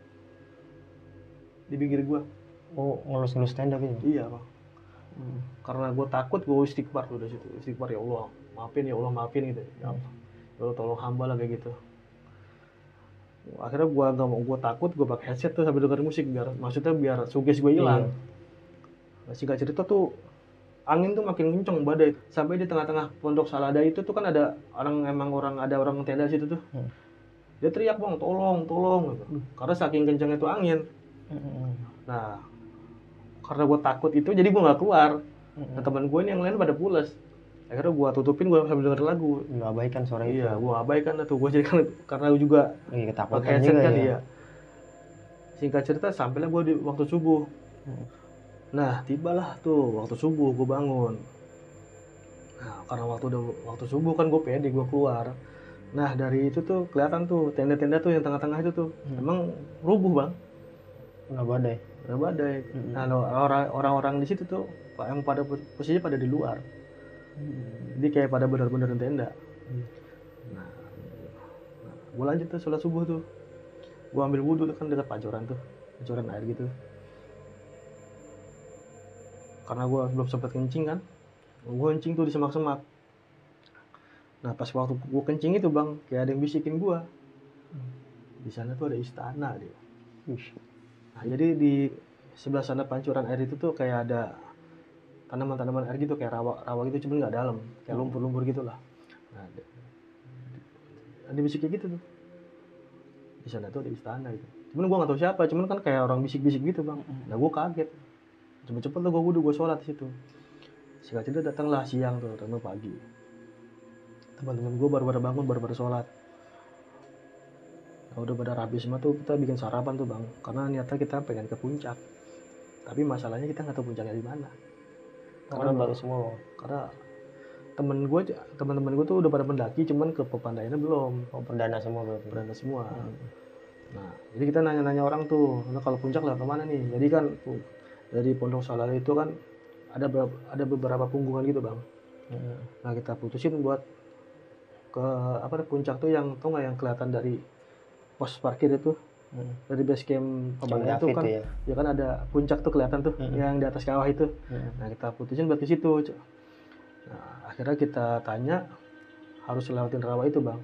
di pinggir gue. Ngelus-ngelus tenda gitu. Iya bang. Karena gue takut, gue istighfar tuh dari situ, istighfar, ya Allah maafin gitu ya Allah tolong hamba lah kayak gitu. Akhirnya gue nggak mau, gue takut, gue pakai headset tuh sambil dengerin musik, biar sugesti gue hilang. Singkat cerita tuh, angin tuh makin kenceng, badai sampai di tengah-tengah pondok Salada itu tuh kan ada orang tenda situ tuh. Dia teriak bang, tolong gitu. Karena saking kencengnya tuh angin. Nah karena gue takut itu, jadi gue nggak keluar. Nah teman gue ini yang lain pada pulas. Akhirnya gue tutupin, gue sambil dengerin lagu. Lu abaikan suara itu. Iya, gue abaikan tuh. Gue jadi karena juga ketakutan pakai headset juga kan. ya. Iya. Singkat cerita, sampailah gue di waktu subuh. Nah tibalah tuh waktu subuh, gue bangun. Nah karena waktu subuh kan gue pede, gue keluar. Nah dari itu tuh kelihatan tuh tenda-tenda tuh yang tengah-tengah itu tuh emang rubuh bang. Nggak badai. Nah orang-orang di situ tuh yang pada posisinya pada di luar. Jadi kayak pada bener-bener tenda. Nah gue lanjut tuh sholat subuh tuh. Gue ambil wudhu kan dekat pancoran air gitu. Karena gue belum sempat kencing kan, gue kencing tuh di semak-semak. Nah pas waktu gue kencing itu bang, kayak ada yang bisikin gue, di sana tuh ada istana dia. Nah, jadi di sebelah sana pancuran air itu tuh kayak ada tanaman-tanaman air gitu, kayak rawa gitu, cuman nggak dalam, kayak lumpur-lumpur gitulah. Nah ada bisik kayak gitu tuh, di sana tuh ada istana gitu. Cuman gue nggak tahu siapa, cuman kan kayak orang bisik-bisik gitu bang. Nah gue kaget, cepet-cepet lah gue wudhu, gue sholat di situ. Singkat cerita datanglah siang tuh, datang pagi. Teman-teman gue baru pada bangun, baru pada sholat. Nah, udah pada rapi semua tuh, kita bikin sarapan tuh bang, karena niatnya kita pengen ke puncak. Tapi masalahnya kita nggak tahu puncaknya di mana. Karena baru semua. Karena teman-teman gue tuh udah pada mendaki, cuman ke Pepandayannya belum. Oh, perdana semua berarti. Perdana semua. Nah, jadi kita nanya-nanya orang tuh, nah kalau puncak lah kemana nih? Jadi kan dari Pondok Salala itu kan ada beberapa punggungan gitu bang. Nah kita putusin buat ke puncak tuh yang tau nggak, yang kelihatan dari pos parkir itu, dari base camp Pepandayan itu kan, ya kan ada puncak tuh kelihatan tuh, yang di atas kawah itu. Nah kita putusin buat ke situ. Nah akhirnya kita tanya harus lewatin rawa itu bang.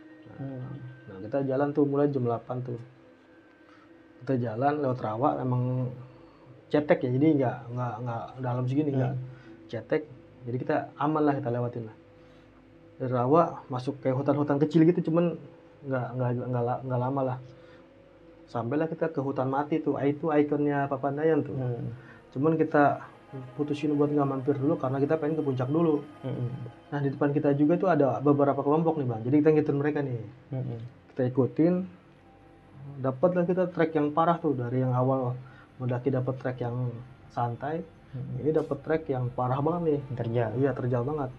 Nah kita jalan tuh mulai jam 8 tuh. Kita jalan lewat rawa, emang cetek ya, jadi nggak dalam segini, nggak cetek, jadi kita aman lah, kita lewatin lah. Dari rawa masuk kayak hutan-hutan kecil gitu, cuman nggak lama lah. Sampailah kita ke hutan mati tuh, itu ikonnya Papandayan tuh. Cuman kita putusin buat nggak mampir dulu karena kita pengen ke puncak dulu. Nah di depan kita juga tuh ada beberapa kelompok nih bang, jadi kita ngikutin mereka nih. Kita ikutin, dapatlah kita trek yang parah tuh. Dari yang awal mendaki dapat trek yang santai, ini dapat trek yang parah banget nih, terjal. Iya terjal banget.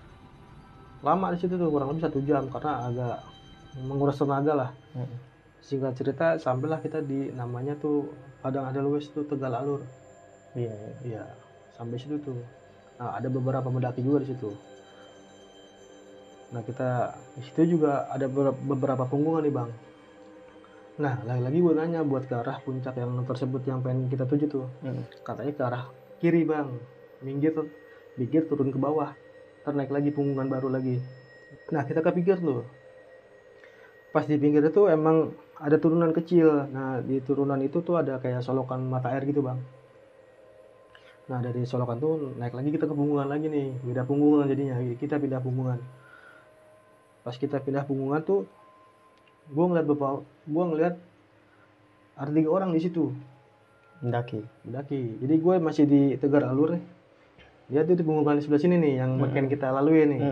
Lama di situ tuh, kurang lebih 1 jam karena agak menguras tenaga lah. Singkat cerita sampailah kita di namanya tuh Padang Edelweiss tuh, Tegal Alur. Iya, sampai situ tuh. Nah ada beberapa mendaki juga di situ. Nah kita di situ juga ada beberapa punggungan nih bang. Nah lagi-lagi gue nanya buat ke arah puncak yang tersebut yang pengen kita tuju tuh. Katanya ke arah kiri bang, minggir turun ke bawah, naik lagi punggungan baru lagi. Nah kita kepikir tuh, pas di pinggir itu emang ada turunan kecil. Nah di turunan itu tuh ada kayak solokan mata air gitu bang. Nah dari solokan tuh naik lagi kita ke punggungan lagi nih, beda punggungan jadinya, kita pindah punggungan. Pas kita pindah punggungan tuh, gue ngeliat ada 3 orang di situ mendaki. Jadi gue masih di Tegar Alur nih, dia tuh di punggungan sebelah sini nih yang makin kita lalui nih.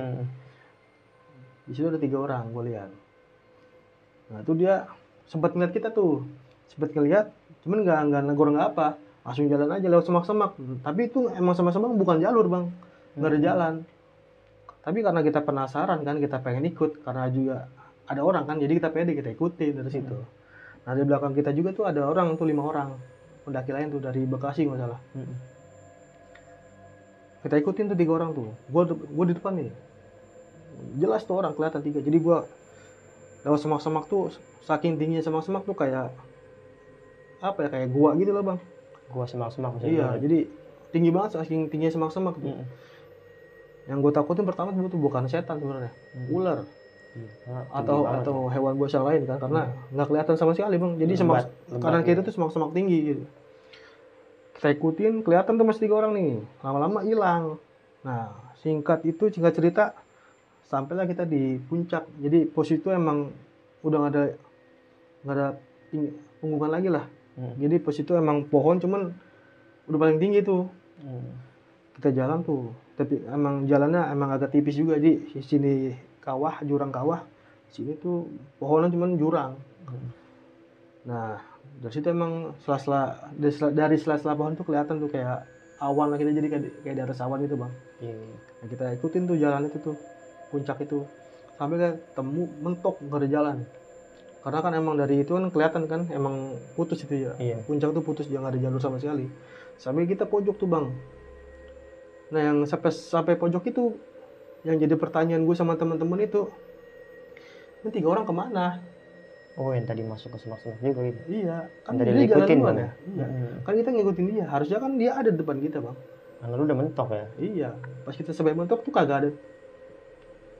Di situ ada 3 orang gue lihat. Nah tuh dia sempat ngeliat kita tuh, cuman nggak negor nggak apa, langsung jalan aja lewat semak-semak. Tapi itu emang semak-semak bukan jalur bang, nggak ada jalan. Tapi karena kita penasaran kan, kita pengen ikut karena juga ada orang kan, jadi kita pede, kita ikutin dari situ. Nah di belakang kita juga tuh ada orang tuh, 5 orang pendaki lain tuh dari Bekasi nggak salah. Kita ikutin tuh 3 orang tuh, gue di depan nih, jelas tuh orang kelihatan 3. Jadi gue lewat semak-semak tuh, saking tingginya semak-semak tuh kayak apa ya, kayak gua gitu loh bang. Gua semak-semak. Iya, jadi tinggi banget, saking tingginya semak-semak tuh. Yang gue takutin pertama tuh bukan setan sebenarnya, ular. Atau hewan buas yang lain kan, karena nggak kelihatan sama sekali bang. Jadi semak kanan kiri tuh semak-semak tinggi gitu. Kita ikutin, kelihatan tuh masih 3 orang nih, lama-lama hilang. Nah singkat cerita sampailah kita di puncak. Jadi pos itu emang udah nggak ada punggungan lagi lah. Jadi pos itu emang pohon, cuman udah paling tinggi tuh. Kita jalan tuh, tapi emang jalannya emang agak tipis juga. Di sini kawah, jurang kawah, sini tuh pohonnya cuman jurang. Nah dari situ emang dari sela-sela pohon tuh kelihatan tuh kayak awan lah, kita jadi kayak di atas awan gitu bang. Nah, kita ikutin tuh jalan itu tuh, puncak itu, sampai ketemu mentok, nggak ada jalan. Karena kan emang dari itu kan kelihatan kan emang putus itu ya. Puncak tuh putus, jangan ada jalur sama sekali. Sampai kita pojok tuh bang. Nah yang sampai pojok itu, yang jadi pertanyaan gue sama teman-teman itu, ini 3 orang kemana? Oh yang tadi masuk ke semak-semak juga gitu. Iya, kan tadi dia ngikutin jalan bang. ya. Iya. Kan kita ngikutin dia, harusnya kan dia ada di depan kita bang. Karena lu udah mentok ya. Iya, pas kita sampai mentok tuh kagak ada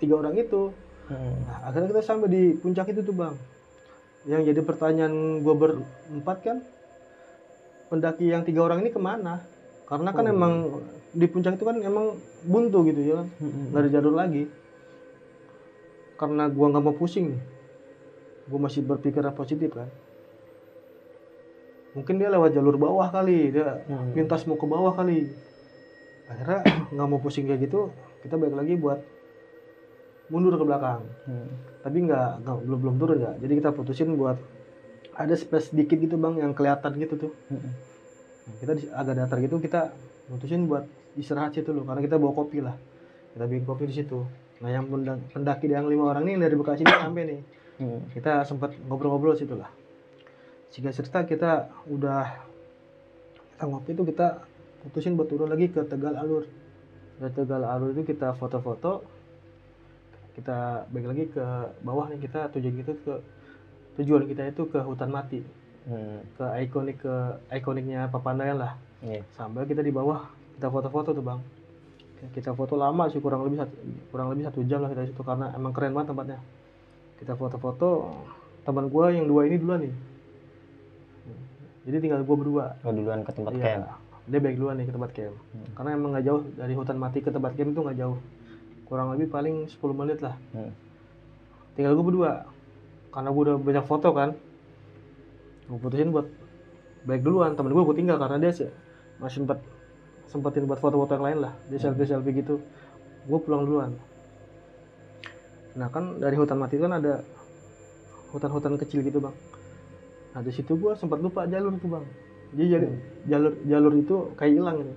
3 orang itu. Nah, akhirnya kita sampai di puncak itu tuh bang. Yang jadi pertanyaan gue berempat kan, pendaki yang 3 orang ini kemana? Karena kan emang di puncak itu kan emang buntu gitu ya kan, nggak ada jalur lagi. Karena gue nggak mau pusing nih, gue masih berpikiran positif kan. Mungkin dia lewat jalur bawah kali, dia pintas mau ke bawah kali. Akhirnya nggak mau pusing kayak gitu, kita balik lagi buat mundur ke belakang. Tapi belum turun ya. Jadi kita putusin buat ada space dikit gitu bang, yang kelihatan gitu tuh. Nah, kita agak datar gitu, kita putusin buat istirahat situ loh, karena kita bawa kopi lah. Kita bikin kopi di situ. Nah yang pendaki yang 5 orang ini dari Bekasi ini sampai nih. Kita sempat ngobrol-ngobrol situ lah. Singkat cerita kita ngopi itu, kita putusin buat turun lagi ke Tegal Alur. Dari Tegal Alur itu kita foto-foto, kita balik lagi ke bawah nih. Kita tujuan kita itu ke hutan mati, ke ikoniknya Papandayan lah. Sampai kita di bawah, kita foto-foto tuh bang. Kita foto lama sih, kurang lebih 1 jam lah kita di situ, karena emang keren banget tempatnya. Kita foto-foto, teman gue yang 2 ini duluan nih. Jadi tinggal gue berdua. Duluan ke tempat camp. Dia balik duluan nih ke tempat camp. Karena emang nggak jauh dari hutan mati ke tempat camp, itu nggak jauh. Kurang lebih paling 10 menit lah. Tinggal gue berdua. Karena gue udah banyak foto kan, gue putusin buat balik duluan. Temen gue tinggal karena dia masih sempetin buat foto-foto yang lain lah. Dia selfie gitu. Gue pulang duluan. Nah kan dari hutan mati itu kan ada hutan-hutan kecil gitu bang. Nah di situ gue sempat lupa jalur tuh bang. Jadi jalur itu kayak hilang gitu.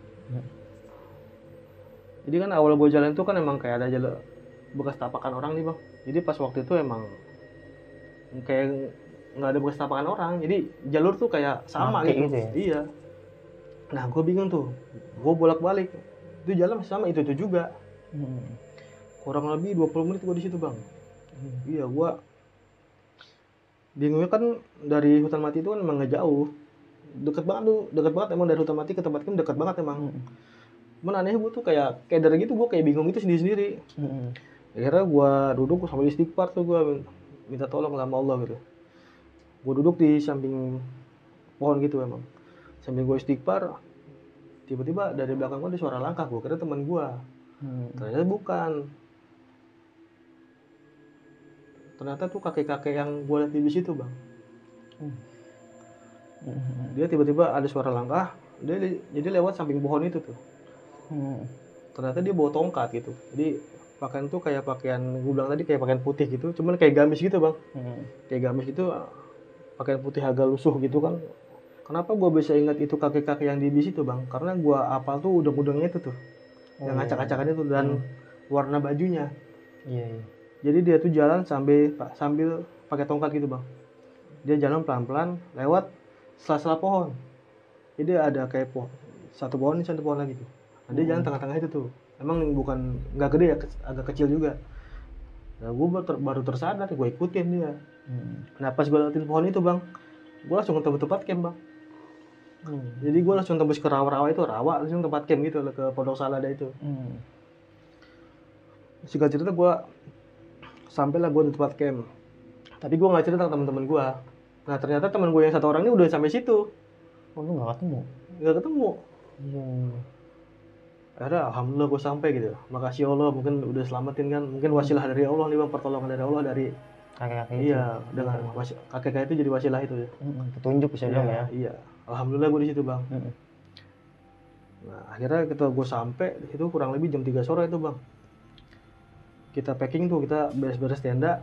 Jadi kan awal gue jalan itu kan emang kayak ada jalur bekas tapakan orang nih bang. Jadi pas waktu itu emang kayak nggak ada bekas tapakan orang. Jadi jalur tuh kayak sama gitu. Ya? Iya. Nah gue bingung tuh. Gue bolak-balik. Itu jalan masih sama itu juga. Kurang lebih 20 menit gue di situ bang. Iya gue bingungnya kan dari hutan mati itu kan emang nggak jauh, deket banget emang dari hutan mati ke tempat camp, deket banget emang. Cuman anehnya gue tuh kayak dari gitu, gue kayak bingung itu sendiri. Akhirnya gue duduk sambil istighfar tuh, gue minta tolong sama Allah gitu. Gue duduk di samping pohon gitu emang, sambil gue istighfar. Tiba-tiba dari belakang gue ada suara langkah, gue kira teman gue. Ternyata bukan. Ternyata tuh kakek-kakek yang gue lihat di bis itu bang. Dia tiba-tiba ada suara langkah, jadi lewat samping pohon itu tuh. Ternyata dia bawa tongkat gitu. Jadi pakaian tuh kayak pakaian, gue bilang tadi kayak pakaian putih gitu, cuman kayak gamis gitu bang. Kayak gamis gitu, pakaian putih agak lusuh gitu kan. Kenapa gue bisa ingat itu kakek-kakek yang di bis itu bang? Karena gue apal tuh udang-udangnya itu tuh, yang acak-acakan itu, dan warna bajunya. Jadi dia tuh jalan sambil pakai tongkat gitu bang. Dia jalan pelan-pelan lewat sela-sela pohon. Jadi ada kayak satu pohon lagi tuh. Nah, dia jalan tengah-tengah itu tuh. Emang nggak gede ya, agak kecil juga. Nah gue baru tersadar, gue ikutin dia. Nah pas gue lewatin pohon itu bang, gue langsung ketemu tempat camp bang. Jadi gue langsung tembus ke rawa langsung tempat camp gitu, ke Pondok Salada itu. Singkat cerita gue sampailah gue di tempat camp, tapi gue nggak cerita ke teman-teman gue. Nah ternyata teman gue yang 1 orang ini udah sampai situ. Lu nggak ketemu. Akhirnya alhamdulillah gue sampai gitu. Makasih Allah, mungkin udah selamatin kan, mungkin wasilah dari Allah nih bang, pertolongan dari Allah, dari kakek-kakek itu. Iya, dengan kakek itu jadi wasilah itu ya. Petunjuk bisa bilang ya. Iya, alhamdulillah gue di situ bang. Nah akhirnya gue sampai di situ kurang lebih jam 3 sore itu bang. Kita packing tuh, kita beres-beres tenda,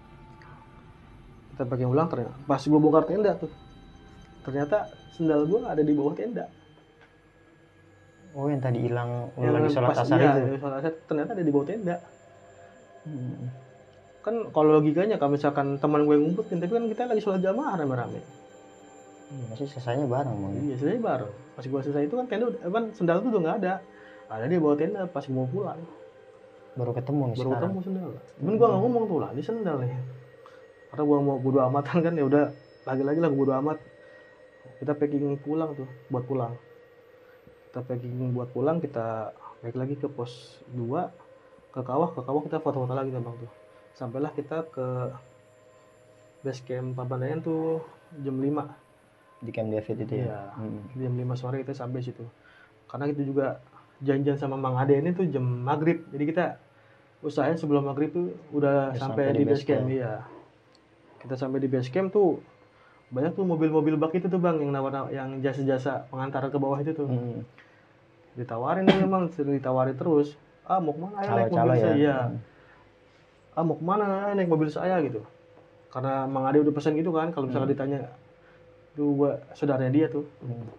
kita packing ulang. Ternyata pas gue bongkar tenda tuh, ternyata sendal gue ada di bawah tenda. Yang tadi hilang lagi sholat asar itu. Sholat asar ternyata ada di bawah tenda. Kan kalau logikanya kalau misalkan teman gue ngumpetin, tapi kan kita lagi sholat jamaah rame-rame. Masih selesainya bareng bang. Iya selesai bareng. Pas gue selesai itu kan tenda, sendal tuh udah nggak ada. Ada di bawah tenda pas gue mau pulang. Baru ketemu sendal. Cuman gue nggak ngomong tuh lah, ini sendal nih. Karena gue mau bodo amatan kan, ya udah lagi-lagi lah bodo amat. Kita packing pulang tuh, buat pulang. Kita packing buat pulang, kita balik lagi ke pos 2 ke kawah kita foto-foto lagi tuh bang tuh. Sampailah kita ke base camp Papandayan tuh jam 5. Di Camp David itu ya. Iya, jam 5 sore kita sampai situ. Karena kita juga janjian sama Mang Ade ini tuh jam maghrib. Jadi kita usahain sebelum maghrib tuh udah sampai di base camp. Iya. Kita sampai di base camp tuh banyak tuh mobil-mobil bak itu tuh bang yang jasa-jasa pengantar ke bawah itu tuh. Ditawarin nih memang ditawarin terus. Ah mau kemana ya naik mobil saya? Iya. Ah mau kemana naik mobil saya gitu. Karena Mang Ade udah pesan gitu kan. Kalau misalnya ditanya tuh gua saudaranya dia tuh.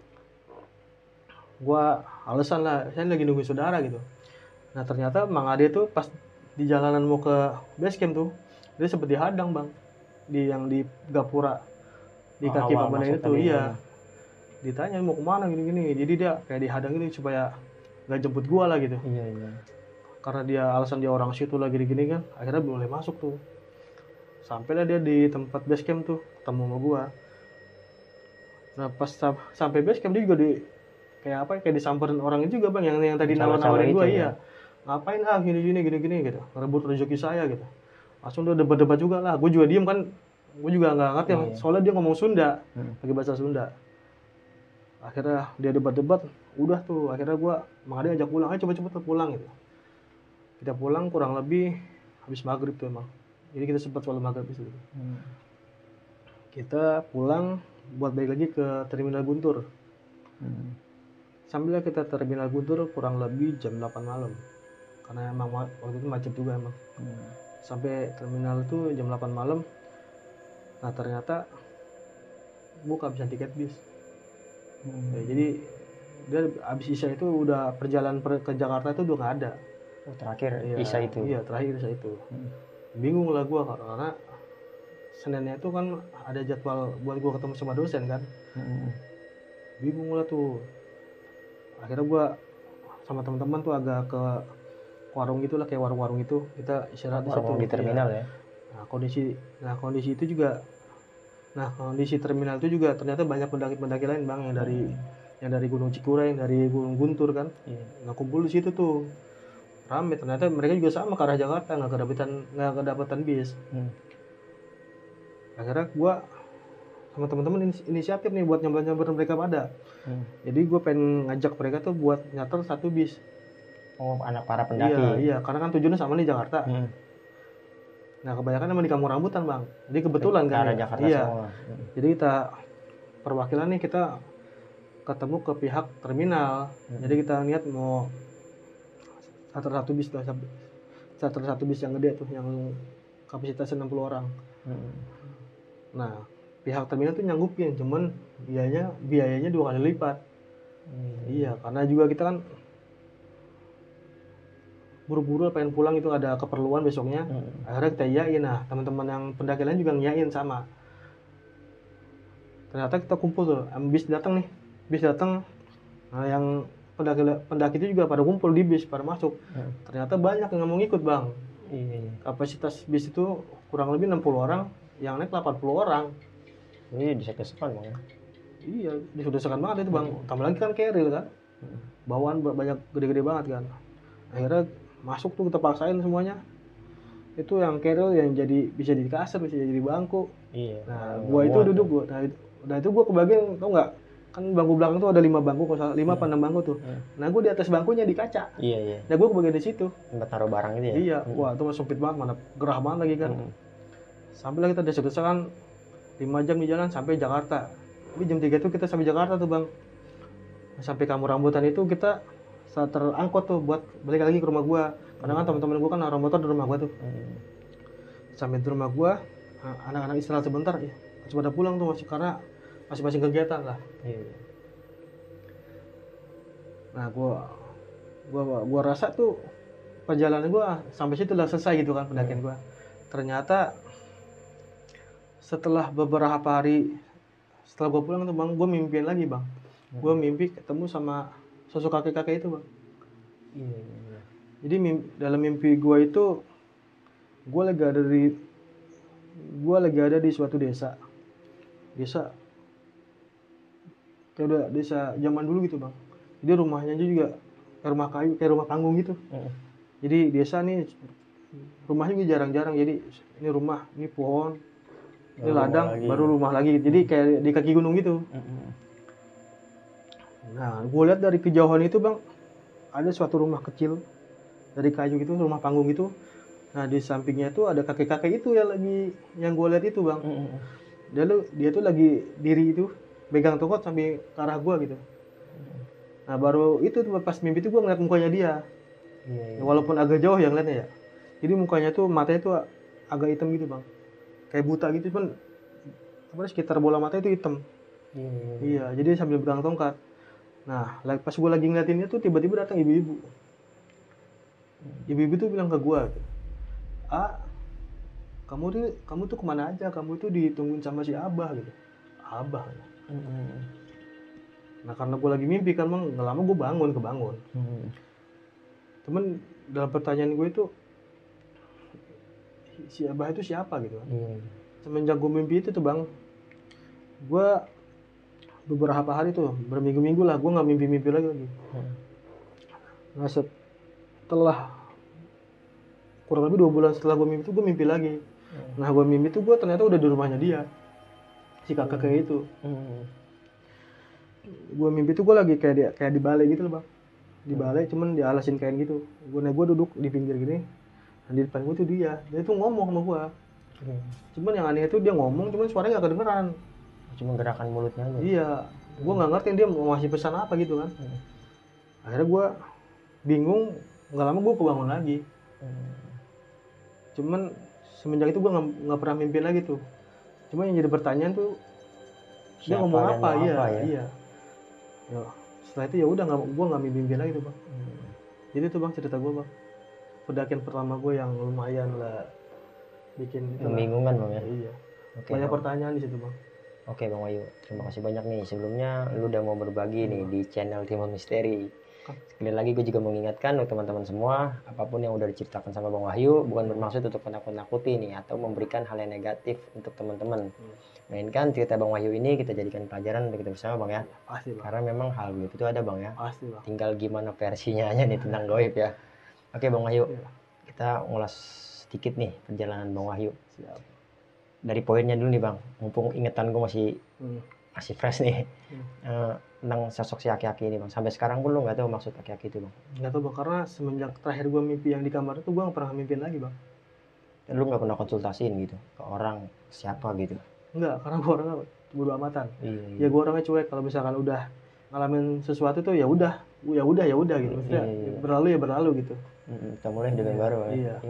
Gua alasan lah, saya lagi nungguin saudara gitu. Nah ternyata Mang Ade tuh pas di jalanan mau ke base camp tuh, dia sempet dihadang bang, yang di Gapura, di kaki Papandayan itu, iya. Ditanya mau kemana gini-gini, jadi dia kayak dihadang gitu supaya nggak jemput gua lah gitu. Iya. Karena dia alasan dia orang situ lagi gini kan, akhirnya boleh masuk tuh. Sampailah dia di tempat base camp tuh, ketemu sama gua. Nah pas sampai base camp dia juga kayak disamperin orang itu juga bang yang tadi nawarin gua iya. Ngapain gini gitu, ngerebut rezeki saya gitu. Langsung dia debat-debat juga lah. Gue juga diem kan, gue juga nggak ngerti soalnya dia ngomong Sunda, pakai bahasa Sunda. Akhirnya dia debat-debat, udah tuh akhirnya gue Mang Ade ajak pulang, ayo cepet-cepet pulang gitu. Kita pulang kurang lebih habis maghrib tuh emang. Jadi kita sempat sholat maghrib di situ. Kita pulang buat balik lagi ke Terminal Guntur. Sambilnya kita Terminal Guntur kurang lebih jam 8 malam. Karena emang waktu itu macet juga emang. Sampai terminal itu jam 8 malam. Nah ternyata gue kehabisan tiket bis. Ya, jadi dia abis Isya itu udah perjalanan ke Jakarta itu udah nggak ada. Terakhir Isya itu. Iya terakhir Isya itu. Bingung lah gue karena Seninnya itu kan ada jadwal buat gue ketemu sama dosen kan. Bingung lah tuh. Akhirnya gue sama teman-teman tuh agak ke warung gitulah, kayak warung-warung itu kita istirahat di situ di terminal ya. Kondisi itu juga, kondisi terminal itu juga ternyata banyak pendaki-pendaki lain bang yang dari Gunung Cikuray, yang dari Gunung Guntur kan. Nah kumpul di situ tuh rame. Ternyata mereka juga sama ke arah Jakarta, nggak kedapatan bis. Akhirnya gua sama teman-teman inisiatif nih buat nyamperin mereka pada. Jadi gue pengen ngajak mereka tuh buat nyater satu bis. Anak para pendaki. Iya, karena kan tujuannya sama nih Jakarta. Nah kebanyakan emang di Kampung Rambutan bang. Jadi kebetulan kan. Jakarta iya. Semua. Jadi kita perwakilan nih kita ketemu ke pihak terminal. Jadi kita niat mau satu bis tuh, satu bis yang gede tuh, yang kapasitasnya 60 orang. Nah pihak terminal tuh nyanggupin, cuman biayanya 2 kali lipat. Iya, karena juga kita kan buru-buru pengen pulang, itu ada keperluan besoknya. Akhirnya kita iyain. Nah teman-teman yang pendaki lain juga ngiyain sama. Ternyata kita kumpul tuh, bis datang. Nah yang pendaki itu juga pada kumpul di bis, pada masuk. Ternyata banyak yang mau ngikut bang. Kapasitas bis itu kurang lebih 60 orang, yang naik 80 orang. Ini disek-desekan bang. Iya, disek-desekan banget itu bang. Tambah lagi kan keril kan, bawaan banyak gede-gede banget kan. Akhirnya masuk tuh kita paksain semuanya. Itu yang keril yang bisa jadi kasur, bisa jadi bangku. Nah gua itu duduk nah itu gua kebagian, tau nggak, kan bangku belakang tuh ada 5 bangku, kalau 5 apa 6 bangku tuh. Nah gua di atas bangkunya di kaca. Nah gua kebagian di situ tempat taruh barang itu ya. Iya. Wah itu sempit banget, mana gerah banget lagi kan. Sampailah kita desek-desekan 5 jam di jalan sampai Jakarta. Tapi jam 3 tuh kita sampai Jakarta tuh bang. Sampai Kampung Rambutan itu kita terangkot tuh buat balik lagi ke rumah gua. Karena kan teman-teman gua kan orang motor di rumah gua tuh. Sampai di rumah gua, anak-anak istirahat sebentar, masih pada pulang tuh, karena masing-masing kegiatan lah. Nah gua rasa tuh perjalanan gua sampai situ lah selesai gitu kan pendakian gua. Ternyata setelah beberapa hari setelah gua pulang tuh bang, gua mimpiin lagi bang. Gua mimpi ketemu sama sosok kakek-kakek itu bang. Jadi dalam mimpi gue itu gue lagi ada di suatu desa kayak udah desa zaman dulu gitu bang. Jadi rumahnya juga kayak rumah kayu, kayak rumah panggung gitu. Jadi biasa nih rumahnya juga jarang-jarang. Jadi ini rumah, ini pohon, ini ladang, baru rumah lagi. Jadi kayak di kaki gunung gitu. Nah, gue lihat dari kejauhan itu bang, ada suatu rumah kecil dari kayu gitu, rumah panggung gitu. Nah di sampingnya tuh ada kakek-kakek itu yang gue lihat itu bang. Dia tuh lagi diri itu, pegang tongkat sambil ke arah gue gitu. Nah baru itu tuh pas mimpi itu gue ngeliat mukanya dia. Ya, walaupun agak jauh yang ngeliatnya ya. Jadi mukanya tuh, matanya tuh agak hitam gitu bang, kayak buta gitu, cuman sekitar bola mata itu hitam. Iya, jadi sambil pegang tongkat. Nah pas gue lagi ngeliatinnya tuh tiba-tiba datang ibu-ibu. Ibu-ibu tuh bilang ke gue, kamu tuh kemana aja, kamu tuh ditungguin sama si Abah gitu. Abah. Nah karena gue lagi mimpi kan bang, nggak lama gue kebangun. Cuman dalam pertanyaan gue itu, si Abah itu siapa gitu kan. Semenjak gue mimpi itu tuh bang, gue beberapa hari tuh, berminggu-minggu lah gue nggak mimpi-mimpi lagi. Nah setelah kurang lebih 2 bulan setelah gue mimpi itu, gue mimpi lagi. Nah gue mimpi itu gue ternyata udah di rumahnya dia, si kakek itu. Gue mimpi itu gue lagi kayak di balai gitu loh bang, di balai cuman dialasin kain gitu. Gue duduk di pinggir gini, dan di depan gue tuh dia tuh ngomong sama gue. Cuman yang aneh itu dia ngomong, cuman suaranya gak kedengeran, cuma gerakan mulutnya aja. Iya, gue nggak ngerti dia mau ngasih pesan apa gitu kan. Akhirnya gue bingung, nggak lama gue kebangun lagi. Cuman semenjak itu gue nggak pernah mimpi lagi tuh. Cuma yang jadi pertanyaan tuh, dia ngomong apa? Iya. Ya, setelah itu ya udah gue nggak mimpi lagi tuh bang. Jadi tuh bang cerita gue bang, pendakian pertama gue yang lumayan lah bikin membingungkan bang ya. Iya. Banyak pertanyaan di situ bang. Oke Bang Wahyu, terima kasih banyak nih. Sebelumnya lu udah mau berbagi nih di channel Timur Misteri. Sekali lagi gue juga mengingatkan untuk teman-teman semua, apapun yang udah diceritakan sama Bang Wahyu bukan bermaksud untuk menakut-nakuti nih atau memberikan hal yang negatif untuk teman-teman. Mainkan cerita Bang Wahyu ini kita jadikan pelajaran untuk kita bersama bang ya. Pasti bang. Karena memang hal begitu itu ada bang ya. Pasti bang. Tinggal gimana versinya aja nih tentang goib ya. Oke Bang Wahyu, kita ngulas sedikit nih perjalanan Bang Wahyu. Siap. Dari poinnya dulu nih bang, mumpung ingatan gue masih fresh nih. Tentang sosok si aki-aki ini bang, sampai sekarang pun lu nggak tahu maksud aki-aki itu bang? Nggak tahu bang, karena semenjak terakhir gue mimpi yang di kamar itu gue nggak pernah mimpin lagi bang. Dan lu nggak pernah konsultasiin gitu ke orang siapa gitu? Enggak, karena gue orangnya bodo amatan. Ya gue orangnya cuek, kalau misalkan udah ngalamin sesuatu tuh ya udah gitu. Maksudnya berlalu ya berlalu gitu. Kita mulai dengan baru ya.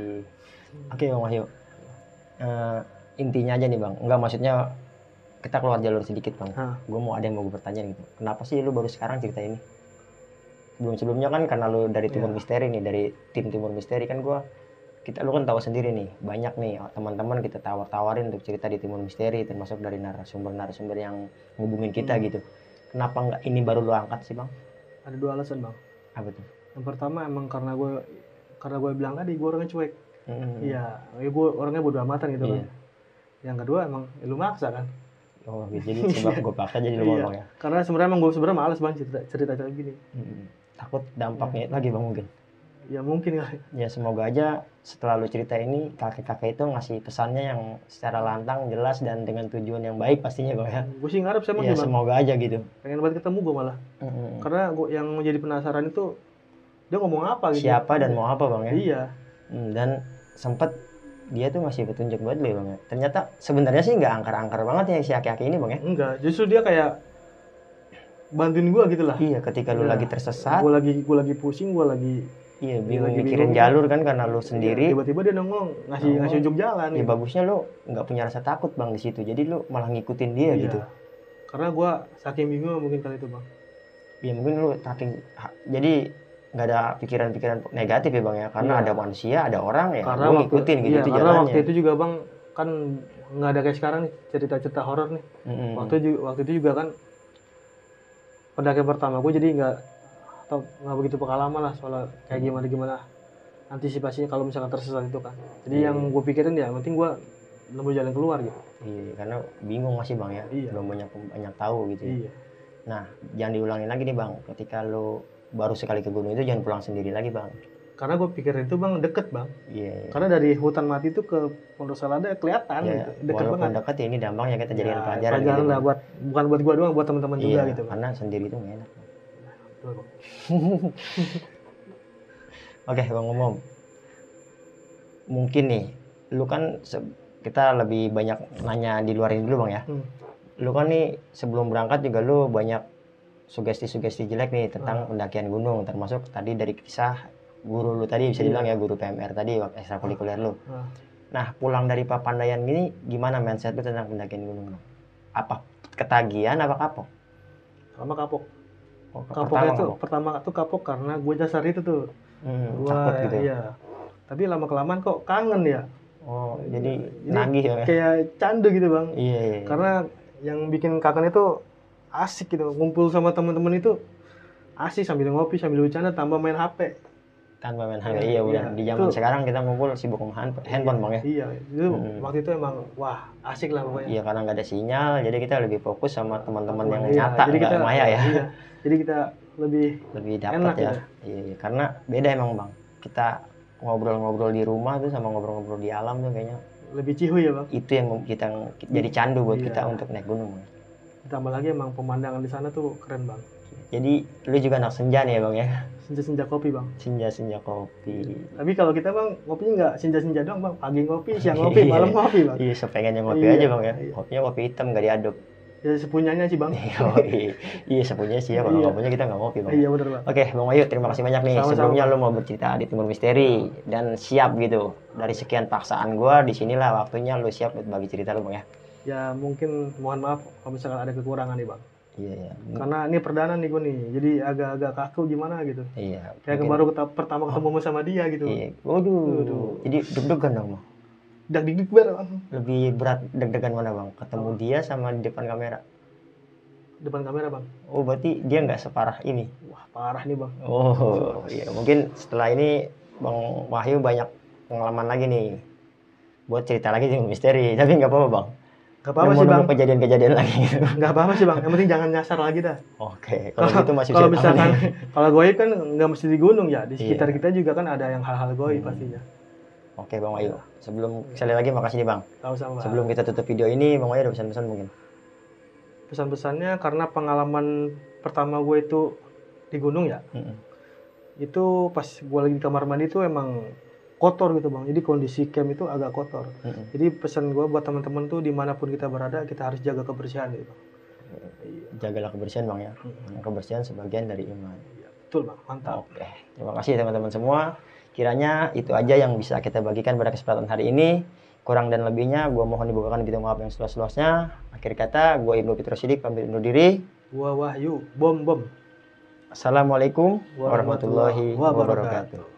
Oke bang Wahyu, intinya aja nih bang, enggak maksudnya kita keluar jalur sedikit bang. Gue mau ada yang mau gue bertanya gitu, kenapa sih lu baru sekarang cerita ini? Sebelumnya kan karena lu dari Timur Misteri nih, dari tim Timur Misteri kan lu kan tahu sendiri nih, banyak nih teman-teman kita tawarin untuk cerita di Timur Misteri, termasuk dari narasumber yang ngubungin kita gitu. Kenapa enggak ini baru lu angkat sih bang? Ada 2 alasan bang. Apa tuh? Yang pertama emang karena gue bilang tadi gue orangnya cuek. Iya, gue orangnya bodo amatan gitu kan. Yang kedua emang lu maksa kan. Oh gitu, jadi coba gue paksa jadi lu ngomong ya. Karena sebenarnya gue malas bang cerita gini. Takut dampaknya lagi bang mungkin. Ya mungkin kali. Ya semoga aja setelah lu cerita ini kakek-kakek itu ngasih pesannya yang secara lantang, jelas dan dengan tujuan yang baik pastinya bang ya. Gue sih ngarep sama ya bang. Semoga aja gitu. Pengen banget ketemu gue malah. Karena yang menjadi penasaran itu dia ngomong apa gitu. Siapa dan mau apa bang ya. Iya. Dan sempat dia tuh masih petunjuk buat lu bang ya. Ternyata sebenarnya sih nggak angker-angker banget ya si aki-aki ini bang ya. Enggak, justru dia kayak bantuin gue gitu lah. Iya, ketika lu lagi tersesat, gue lagi pusing, gue lagi bingung mikirin jalur kan karena lu sendiri. Tiba-tiba dia nongol ngasih unjuk jalan. Ya bagusnya lu nggak punya rasa takut bang di situ. Jadi lu malah ngikutin dia gitu. Karena gue saking bingung mungkin kali itu bang. Ya mungkin lu jadi nggak ada pikiran-pikiran negatif ya bang ya, karena ada manusia, ada orang ya, karena lu ngikutin gitu tuh jalannya. Karena waktu itu juga bang kan nggak ada kayak sekarang nih cerita-cerita horor nih. Waktu itu juga kan pendakian pertama gue, jadi nggak begitu pengalaman lah soal kayak gimana antisipasinya kalau misalkan tersesat itu kan. Jadi yang gue pikirin ya penting gue nemu jalan keluar gitu. Iya, karena bingung masih bang ya, belum banyak tahu gitu ya. Iya. Nah jangan diulangin lagi nih bang, ketika lu baru sekali ke gunung itu jangan pulang sendiri lagi bang. Karena gue pikir itu bang deket bang. Iya. Karena dari hutan mati itu ke Pondok Salada kelihatan Ya, gitu. Deket walaupun banget. dekat ya ini dampaknya kita jadikan Ya, pelajaran pelajaran gitu lah kan. buat bukan buat gue doang, buat teman-teman juga Iya, gitu bang. karena sendiri itu nggak enak. Betul, Bang. Oke, Bang ngomong. Mungkin nih, lu kan kita lebih banyak nanya di luar ini dulu Bang ya. Lu kan nih sebelum berangkat juga lu banyak sugesti-sugesti jelek nih tentang pendakian gunung, termasuk tadi dari kisah guru lu tadi bisa dibilang ya, guru PMR tadi waktu ekstrakurikuler lu. Nah, pulang dari Papandayan gini gimana mindset lu tentang pendakian gunung Bang? Apa ketagihan apa kapok? Sama kapok. Oh, Pertama tuh kapok karena gue dasar itu tuh. Takut gitu. Iya. Tapi lama-kelamaan kok kangen ya. Oh, jadi nagih ya. Kayak candu gitu bang. Iya. Karena yang bikin kangen itu asik gitu, ngumpul sama teman-teman itu asik sambil ngopi sambil bercanda tambah main HP. Tanpa main HP, iya udah. Di zaman sekarang kita ngumpul sibuk handphone bang ya. Iya, itu waktu itu emang wah asik lah pokoknya. Iya karena nggak ada sinyal, jadi kita lebih fokus sama teman-teman yang nyata, jadi kita maya ya. Iya. Jadi kita lebih dapat ya. Gitu. Iya, karena beda emang bang. Kita ngobrol-ngobrol di rumah tuh sama ngobrol-ngobrol di alam tuh kayaknya lebih cihuy ya bang. Itu yang kita jadi candu buat kita untuk naik gunung bang. Ditambah lagi emang pemandangan di sana tuh keren bang. Jadi lu juga anak senja nih ya bang ya? Senja-senja kopi bang. Senja kopi. Tapi kalau kita bang ngopinya nggak senja-senja doang bang, pagi ngopi, siang ngopi, malam ngopi bang. Iya, sepengennya ngopi aja bang ya. Kopinya kopi hitam nggak diaduk. Ya sepunyanya sih bang. Iya sepunyanya sih ya, kalau nggak punya kita nggak ngopi bang. Iya benar bang. Oke Bang Wahyu, terima kasih banyak nih. Sama-sama. Sebelumnya lu mau bercerita di Timur Misteri dan siap gitu. Dari sekian paksaan gua, disinilah waktunya lu siap buat bagi cerita lu bang ya. Ya mungkin mohon maaf kalau misalkan ada kekurangan nih bang. Iya. Karena ini perdana nih gue nih, jadi agak-agak kaku gimana gitu. Iya. Kayak baru pertama ketemu sama dia gitu. Iya. Waduh. Jadi deg-degan dong bang. Deg-degan bang. Lebih berat deg-degan mana bang? Ketemu dia sama di depan kamera? Depan kamera bang. Oh berarti dia nggak separah ini? Wah parah nih bang. Oh iya, mungkin setelah ini Bang Wahyu banyak pengalaman lagi nih buat cerita lagi di misteri, tapi nggak apa-apa bang. Gak apa-apa sih bang. Kejadian-kejadian lagi. Gak apa-apa sih bang. Yang penting jangan nyasar lagi dah. Oke. Kalau gitu masih kalau misalkan kalau goib kan nggak mesti di gunung ya. Di sekitar kita juga kan ada yang hal-hal goib pastinya. Oke Bang Wahyu. Sebelum sekali lagi makasih nih bang. Sama-sama. Sebelum kita tutup video ini, Bang Wahyu ada pesan-pesan mungkin? Pesan-pesannya karena pengalaman pertama gue itu di gunung ya. Itu pas gue lagi di kamar mandi itu emang kotor gitu bang, jadi kondisi camp itu agak kotor. Jadi pesan gue buat teman-teman tuh dimanapun kita berada kita harus jaga kebersihan gitu bang. Jagalah kebersihan bang ya. Kebersihan sebagian dari iman. Betul bang, mantap. Oke, terima kasih teman-teman semua. Kiranya itu aja yang bisa kita bagikan pada kesempatan hari ini. Kurang dan lebihnya gue mohon dibukakan pintu maaf yang seluas-luasnya. Akhir kata gue Ibnu Fitra Siddiq pamit undur diri. Gua Wahyu bom. Assalamualaikum warahmatullahi wabarakatuh.